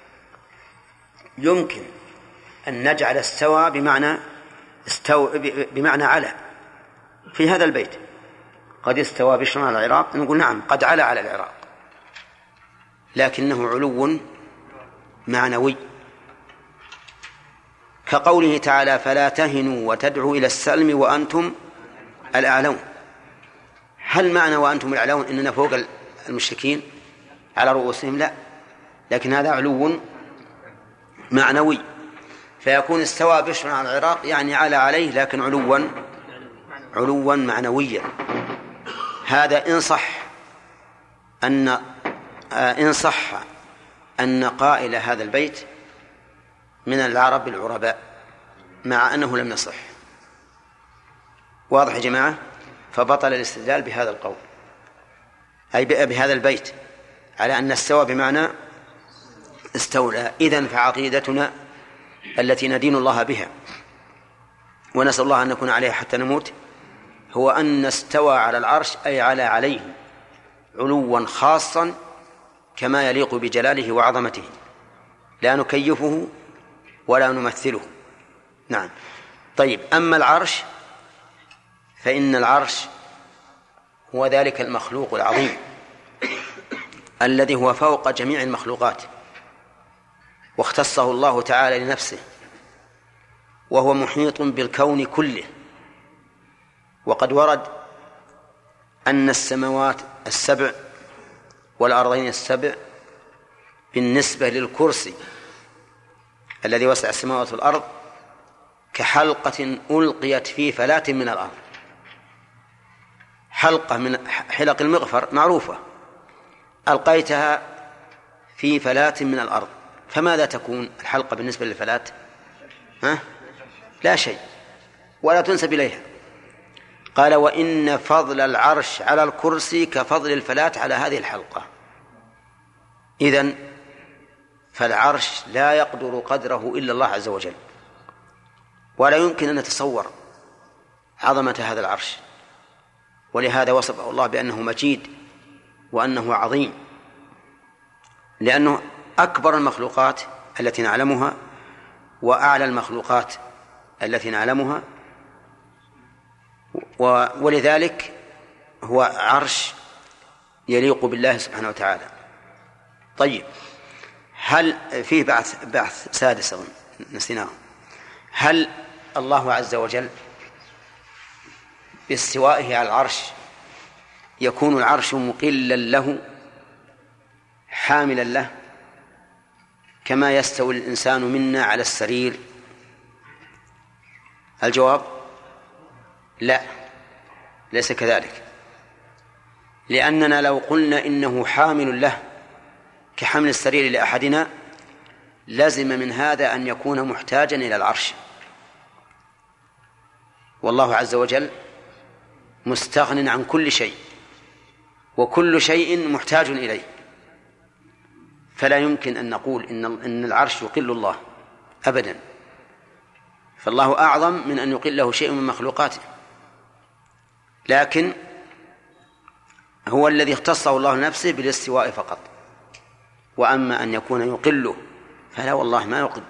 يمكن أن نجعل استوى بمعنى استو بمعنى على في هذا البيت، قد استوى بشر على العراق، نقول نعم قد علا على العراق، لكنه علو معنوي كقوله تعالى فلا تهنوا وتدعوا إلى السلم وأنتم الأعلون. هل معنى وأنتم الأعلون إننا فوق المشركين على رؤوسهم؟ لا، لكن هذا علو معنوي، فيكون استوى بشر على العراق يعني على عليه، لكن علوا علوا معنويا. هذا إن صح أن إن صح أن قائل هذا البيت من العرب العرباء، مع أنه لم يصح. واضح يا جماعة؟ فبطل الاستدلال بهذا القول، أي بهذا البيت، على أن استوى بمعنى استولى. إذن فعقيدتنا التي ندين الله بها ونسأل الله أن نكون عليها حتى نموت هو أن استوى على العرش، أي على عليه علوا خاصا كما يليق بجلاله وعظمته، لا نكيفه ولا نمثله. نعم. طيب، أما العرش فإن العرش هو ذلك المخلوق العظيم الذي هو فوق جميع المخلوقات، واختصه الله تعالى لنفسه، وهو محيط بالكون كله. وقد ورد أن السماوات السبع والأرضين السبع بالنسبة للكرسي الذي وسع السماوات والأرض كحلقة ألقيت في فلاة من الأرض. حلقة من حلق المغفر معروفة، ألقيتها في فلاة من الأرض، فماذا تكون الحلقة بالنسبة للفلاة؟ ها؟ لا شيء، ولا تنسب إليها. قال وإن فضل العرش على الكرسي كفضل الفلاة على هذه الحلقة. إذن فالعرش لا يقدر قدره إلا الله عز وجل، ولا يمكن أن نتصور عظمة هذا العرش، ولهذا وصفه الله بأنه مجيد وأنه عظيم، لأنه أكبر المخلوقات التي نعلمها وأعلى المخلوقات التي نعلمها، ولذلك هو عرش يليق بالله سبحانه وتعالى. طيب، هل فيه بعث بعث سادس نسيناه؟ هل الله عز وجل باستوائه على العرش يكون العرش مقلا له حاملا له كما يستوي الإنسان منا على السرير؟ الجواب لا، ليس كذلك، لأننا لو قلنا إنه حامل له كحمل السرير لأحدنا لازم من هذا أن يكون محتاجا إلى العرش، والله عز وجل مستغن عن كل شيء، وكل شيء محتاج إليه، فلا يمكن أن نقول إن إن العرش يقل الله أبدا، فالله أعظم من أن يقله شيء من مخلوقاته، لكن هو الذي اختصه الله لنفسه بالاستواء فقط. وأما أن يكون يقله فلا، والله ما يقله،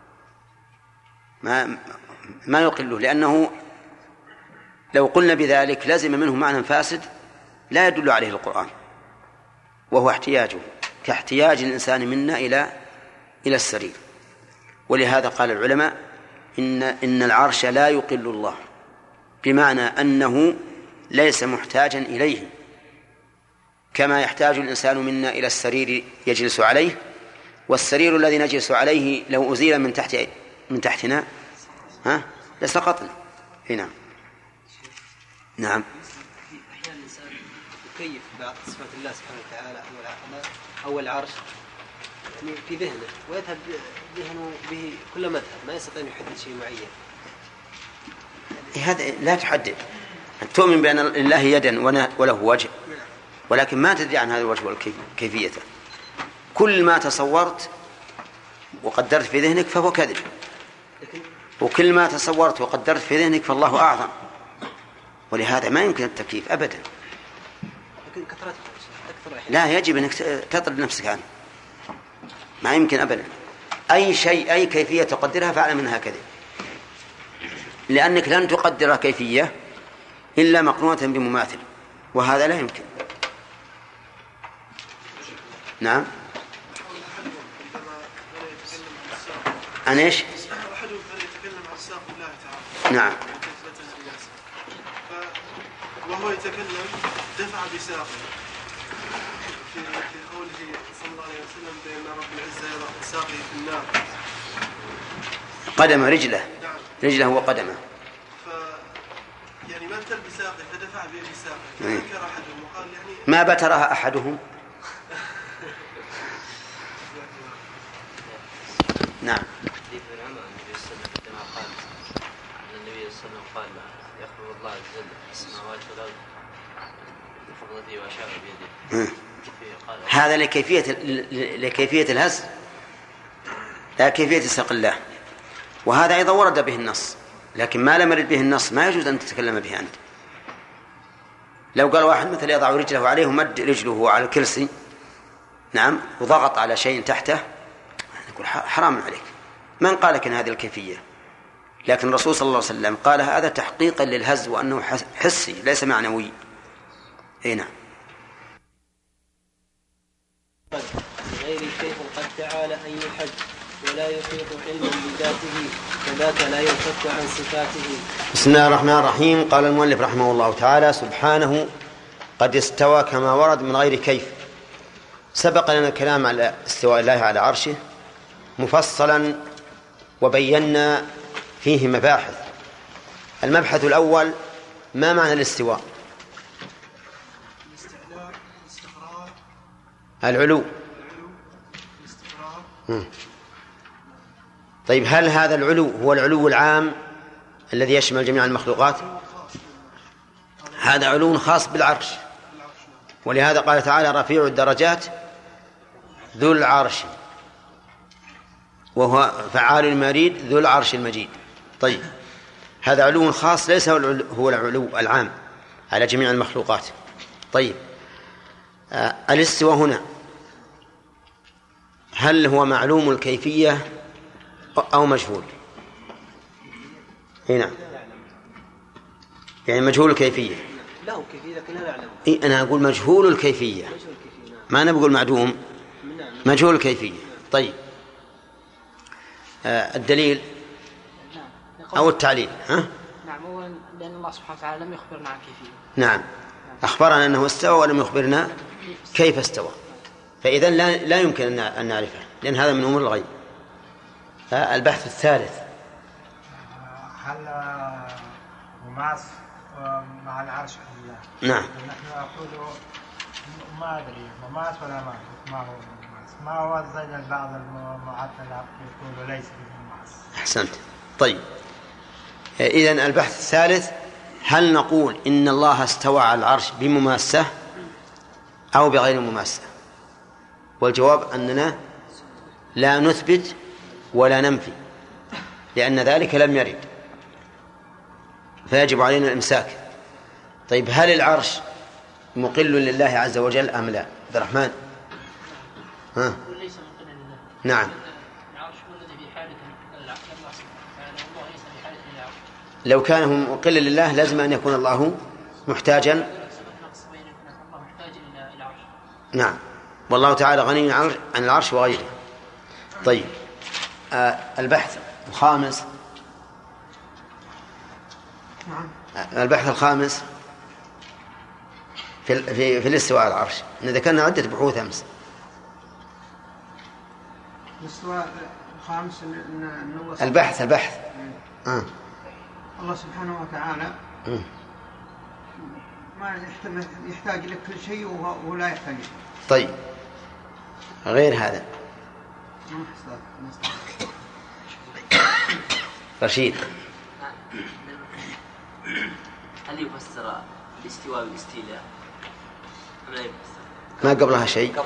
ما ما يقله، لأنه لو قلنا بذلك لازم منه معنى فاسد لا يدل عليه القرآن، وهو احتياجه كاحتياج الإنسان منا إلى إلى السرير. ولهذا قال العلماء إن إن العرش لا يقل الله، بمعنى أنه ليس محتاجا إليه كما يحتاج الإنسان منا إلى السرير يجلس عليه، والسرير الذي نجلس عليه لو أزيل من تحت من تحتنا ها لسقطنا. هنا نعم. أحيانا الإنسان يكيف بعض صفات الله سبحانه وتعالى أو العرش في ذهنه، ويذهب ذهنه به كل مذهب، ما يستطيع أن يحدد شيء معين. هذا لا تحدد، تؤمن بأن لله يدا وله وجه، ولكن ما تدري عن هذا الوجه وكيفيته. كل ما تصورت وقدرت في ذهنك فهو كذب، وكل ما تصورت وقدرت في ذهنك فالله أعظم، ولهذا ما يمكن التكييف أبدا. لا، يجب أنك تطرد نفسك عنه، ما يمكن أبدا. أي شيء أي كيفية تقدرها فاعلم أنها كذب، لأنك لن تقدر كيفية إلا مقرونة بمماثل، وهذا لا يمكن. نعم. عن ايش؟ نعم. وهو يتكلم دفع بساقه في قوله صلى الله عليه وسلم بأن رب العزة يضع ساقه في النار. قدمه رجله رجله وقدمه. ف يعني ما ابتل بساقه فدفع به بساقه. فذكر أحدهم وقال يعني ما بترها أحدهم. نعم. حديث ابن عمر النبي صلى الله عليه وسلم كما قال أن النبي صلى الله عليه وسلم قال يخلق الله عز وجل السماوات والأرض بفضله وأشار بيده. هذا لكيفية لكيفية الهز لا كيفية ساق الله، وهذا أيضا ورد به النص، لكن ما لم يرد به النص ما يجوز أن تتكلم به أنت. لو قال واحد مثل يضع رجله عليه ومد رجله على الكرسي نعم وضغط على شيء تحته نقول حرام عليك. من قال لك إن هذه الكيفية؟ لكن الرسول صلى الله عليه وسلم قال هذا تحقيقا للهز وأنه حسي ليس معنوي. أي نعم. غير كيف قد تعالى أن يحج ولا يحيط علما بذاته فذاك لا ينفك عن صفاته. بسم الله الرحمن الرحيم. قال المؤلف رحمه الله تعالى سبحانه قد استوى كما ورد من غير كيف. سبق لنا الكلام على استواء الله على عرشه مفصلا وبينا فيه مباحث. المبحث الأول ما معنى الاستواء؟ العلو. طيب هل هذا العلو هو العلو العام الذي يشمل جميع المخلوقات؟ هذا علو خاص بالعرش، ولهذا قال تعالى رفيع الدرجات ذو العرش وهو فعال المريد ذو العرش المجيد. طيب هذا علو خاص ليس هو العلو العام على جميع المخلوقات. طيب آه الاستواء هنا هل هو معلوم الكيفية أو مجهول؟ هنا يعني مجهول الكيفية. له كيفية لكن لا نعلم. إيه أنا أقول مجهول الكيفية ما أنا بقول معدوم، مجهول الكيفية. طيب آه الدليل أو التعليل ها؟ نعم أولا لأن الله سبحانه وتعالى لم يخبرنا عن كيفية. نعم أخبرنا أنه استوى ولم يخبرنا كيف استوى، فإذا لا, لا يمكن أن نعرفه لأن هذا من أمور الغيب. البحث الثالث هل مماس مع العرش الله؟ نعم. نحن نقول ما أدري مماس ولا ما ما هو مماس، ما هو زي بعض المعطلات يقولوا ليس بمماس. أحسنت. طيب إذن البحث الثالث هل نقول إن الله استوى على العرش بمماسة أو بغير مماسة؟ والجواب أننا لا نثبت ولا ننفي لأن ذلك لم يرد فيجب علينا الإمساك. طيب هل العرش مقل لله عز وجل أم لا؟ عبد الرحمن. ها. ليس مقل لله. نعم. العرش هو الذي في حالة العرش الله سبحانه وتعالى والله ليس في حالة العرش. لو كان مقل لله لازم أن يكون الله محتاجا. نعم والله تعالى غني عن العرش وغيره. طيب آه البحث الخامس آه البحث الخامس في في, في الاستواء على العرش. ذكرنا عدة بحوث أمس. الاستواء الخامس البحث البحث آه. الله سبحانه وتعالى م. ما يحتاج إلى كل شيء وهو لا يحتاج. طيب غير هذا رشيد هل يفسر الاستواء بالاستيلاء أم لا يفسر؟ ما قبلها شيء.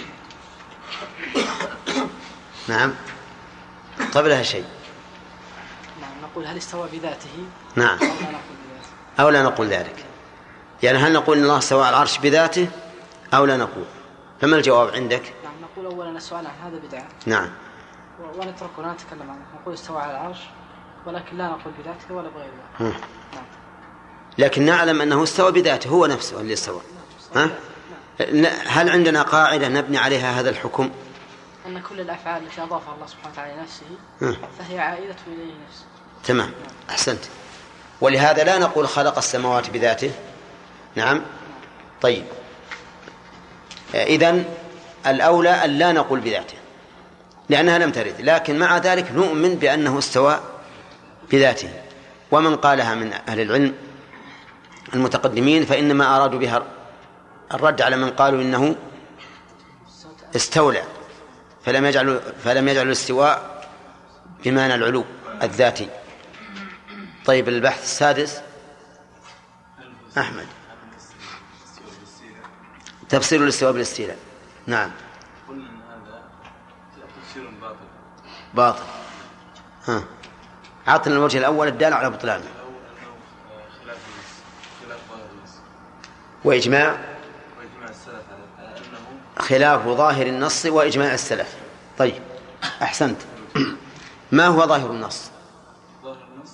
نعم قبلها شيء. نعم نقول هل استوى بذاته؟ نعم أو لا نقول ذلك. يعني هل نقول إن الله استوى على العرش بذاته أو لا نقول؟ فما الجواب عندك؟ نعم نقول أولا السؤال عن هذا بدعة. نعم. ونترك ولا نتكلم عنه. نقول استوى على العرش ولكن لا نقول بذاته ولا بغيره. نعم. لكن نعلم أنه استوى بذاته هو نفسه اللي استوى. ها؟ هل عندنا قاعدة نبني عليها هذا الحكم؟ أن كل الأفعال التي أضافها الله سبحانه وتعالى نفسه فهي عائدة إليه نفسه. تمام أحسنت. ولهذا لا نقول خلق السماوات بذاته. نعم. طيب، إذن الأولى أن لا نقول بذاته لأنها لم ترد، لكن مع ذلك نؤمن بأنه استوى بذاته. ومن قالها من أهل العلم المتقدمين فإنما أرادوا بها الرد على من قالوا إنه استولى، فلم يجعلوا فلم يجعلوا الاستواء بمعنى العلو الذاتي. طيب، البحث السادس أحمد، تفسير الاستواء بالاستيلاء. نعم. قلنا أن هذا تفسير باطل. باطل. ها، عطنا الوجه الأول الدال على بطلانه. خلاف النص، خلاف ظاهر النص. وإجماع وإجماع السلف على أنه خلاف ظاهر النص وإجماع السلف. طيب، أحسنت. ما هو ظاهر النص؟ ظاهر النص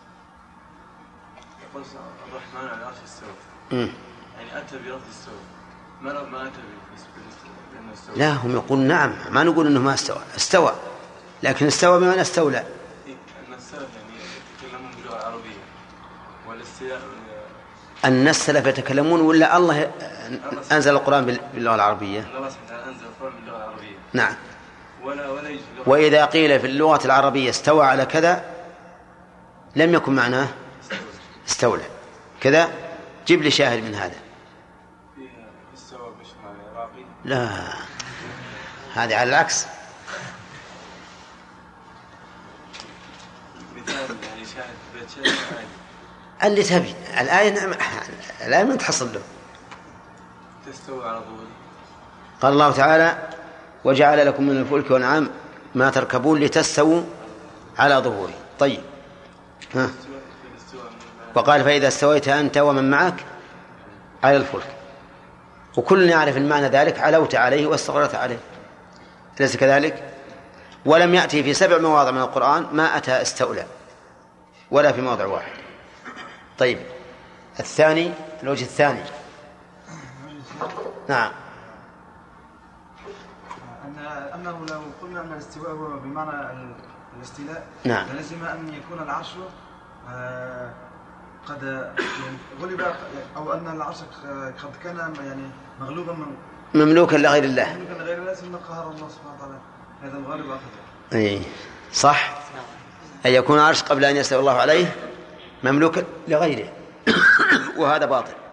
يقول الرحمن على العرش استوى، يعني أتى بلفظ استوى، ما ما أتى بأنه استوى. لا، هم يقول نعم، ما نقول إنه ما استوى، استوى، لكن استوى بمعنى استولى. أن السلف يعني يتكلمون باللغة العربية والاستيلاء أن السلف يتكلمون ولا الله أنزل القرآن باللغة العربية؟ الله سبحانه أنزل القرآن باللغة العربية. نعم. ولا ولا وإذا قيل في اللغة العربية استوى على كذا لم يكن معناه استولى كذا. جيب لي شاهد من هذا. استوى بشر على العراقي. لا، هذه على العكس. مثال يعني شاهد بيت شاهد اللي تبي الآية. نعم، الآية ما تحصل له. تستوى على ظهوري. قال الله تعالى: وجعل لكم من الفلك والأنعام ما تركبون لتستووا على ظهوره. طيب، ها. وقال: فإذا استويت أنت ومن معك على الفلك. وكلنا يعرف المعنى ذلك: علوت عليه واستقرت عليه، أليس كذلك؟ ولم يأتي في سبع مواضع من القرآن ما أتى استولى، ولا في موضع واحد. طيب، الثاني، الوجه الثاني. نعم. أنه لو قلنا أن الاستواء هو بمعنى الاستيلاء، نعم، فلازم أن يكون العرش قد غلب، أو أن العرش قد كان يعني مغلوبا من مملوكا لغير الله، مملوكا لغير الله، ثم قهر الله سبحانه وتعالى هذا الغالب أخذه. أي صح، أن يكون العرش قبل أن يستوي الله عليه مملوكا لغيره، وهذا باطل.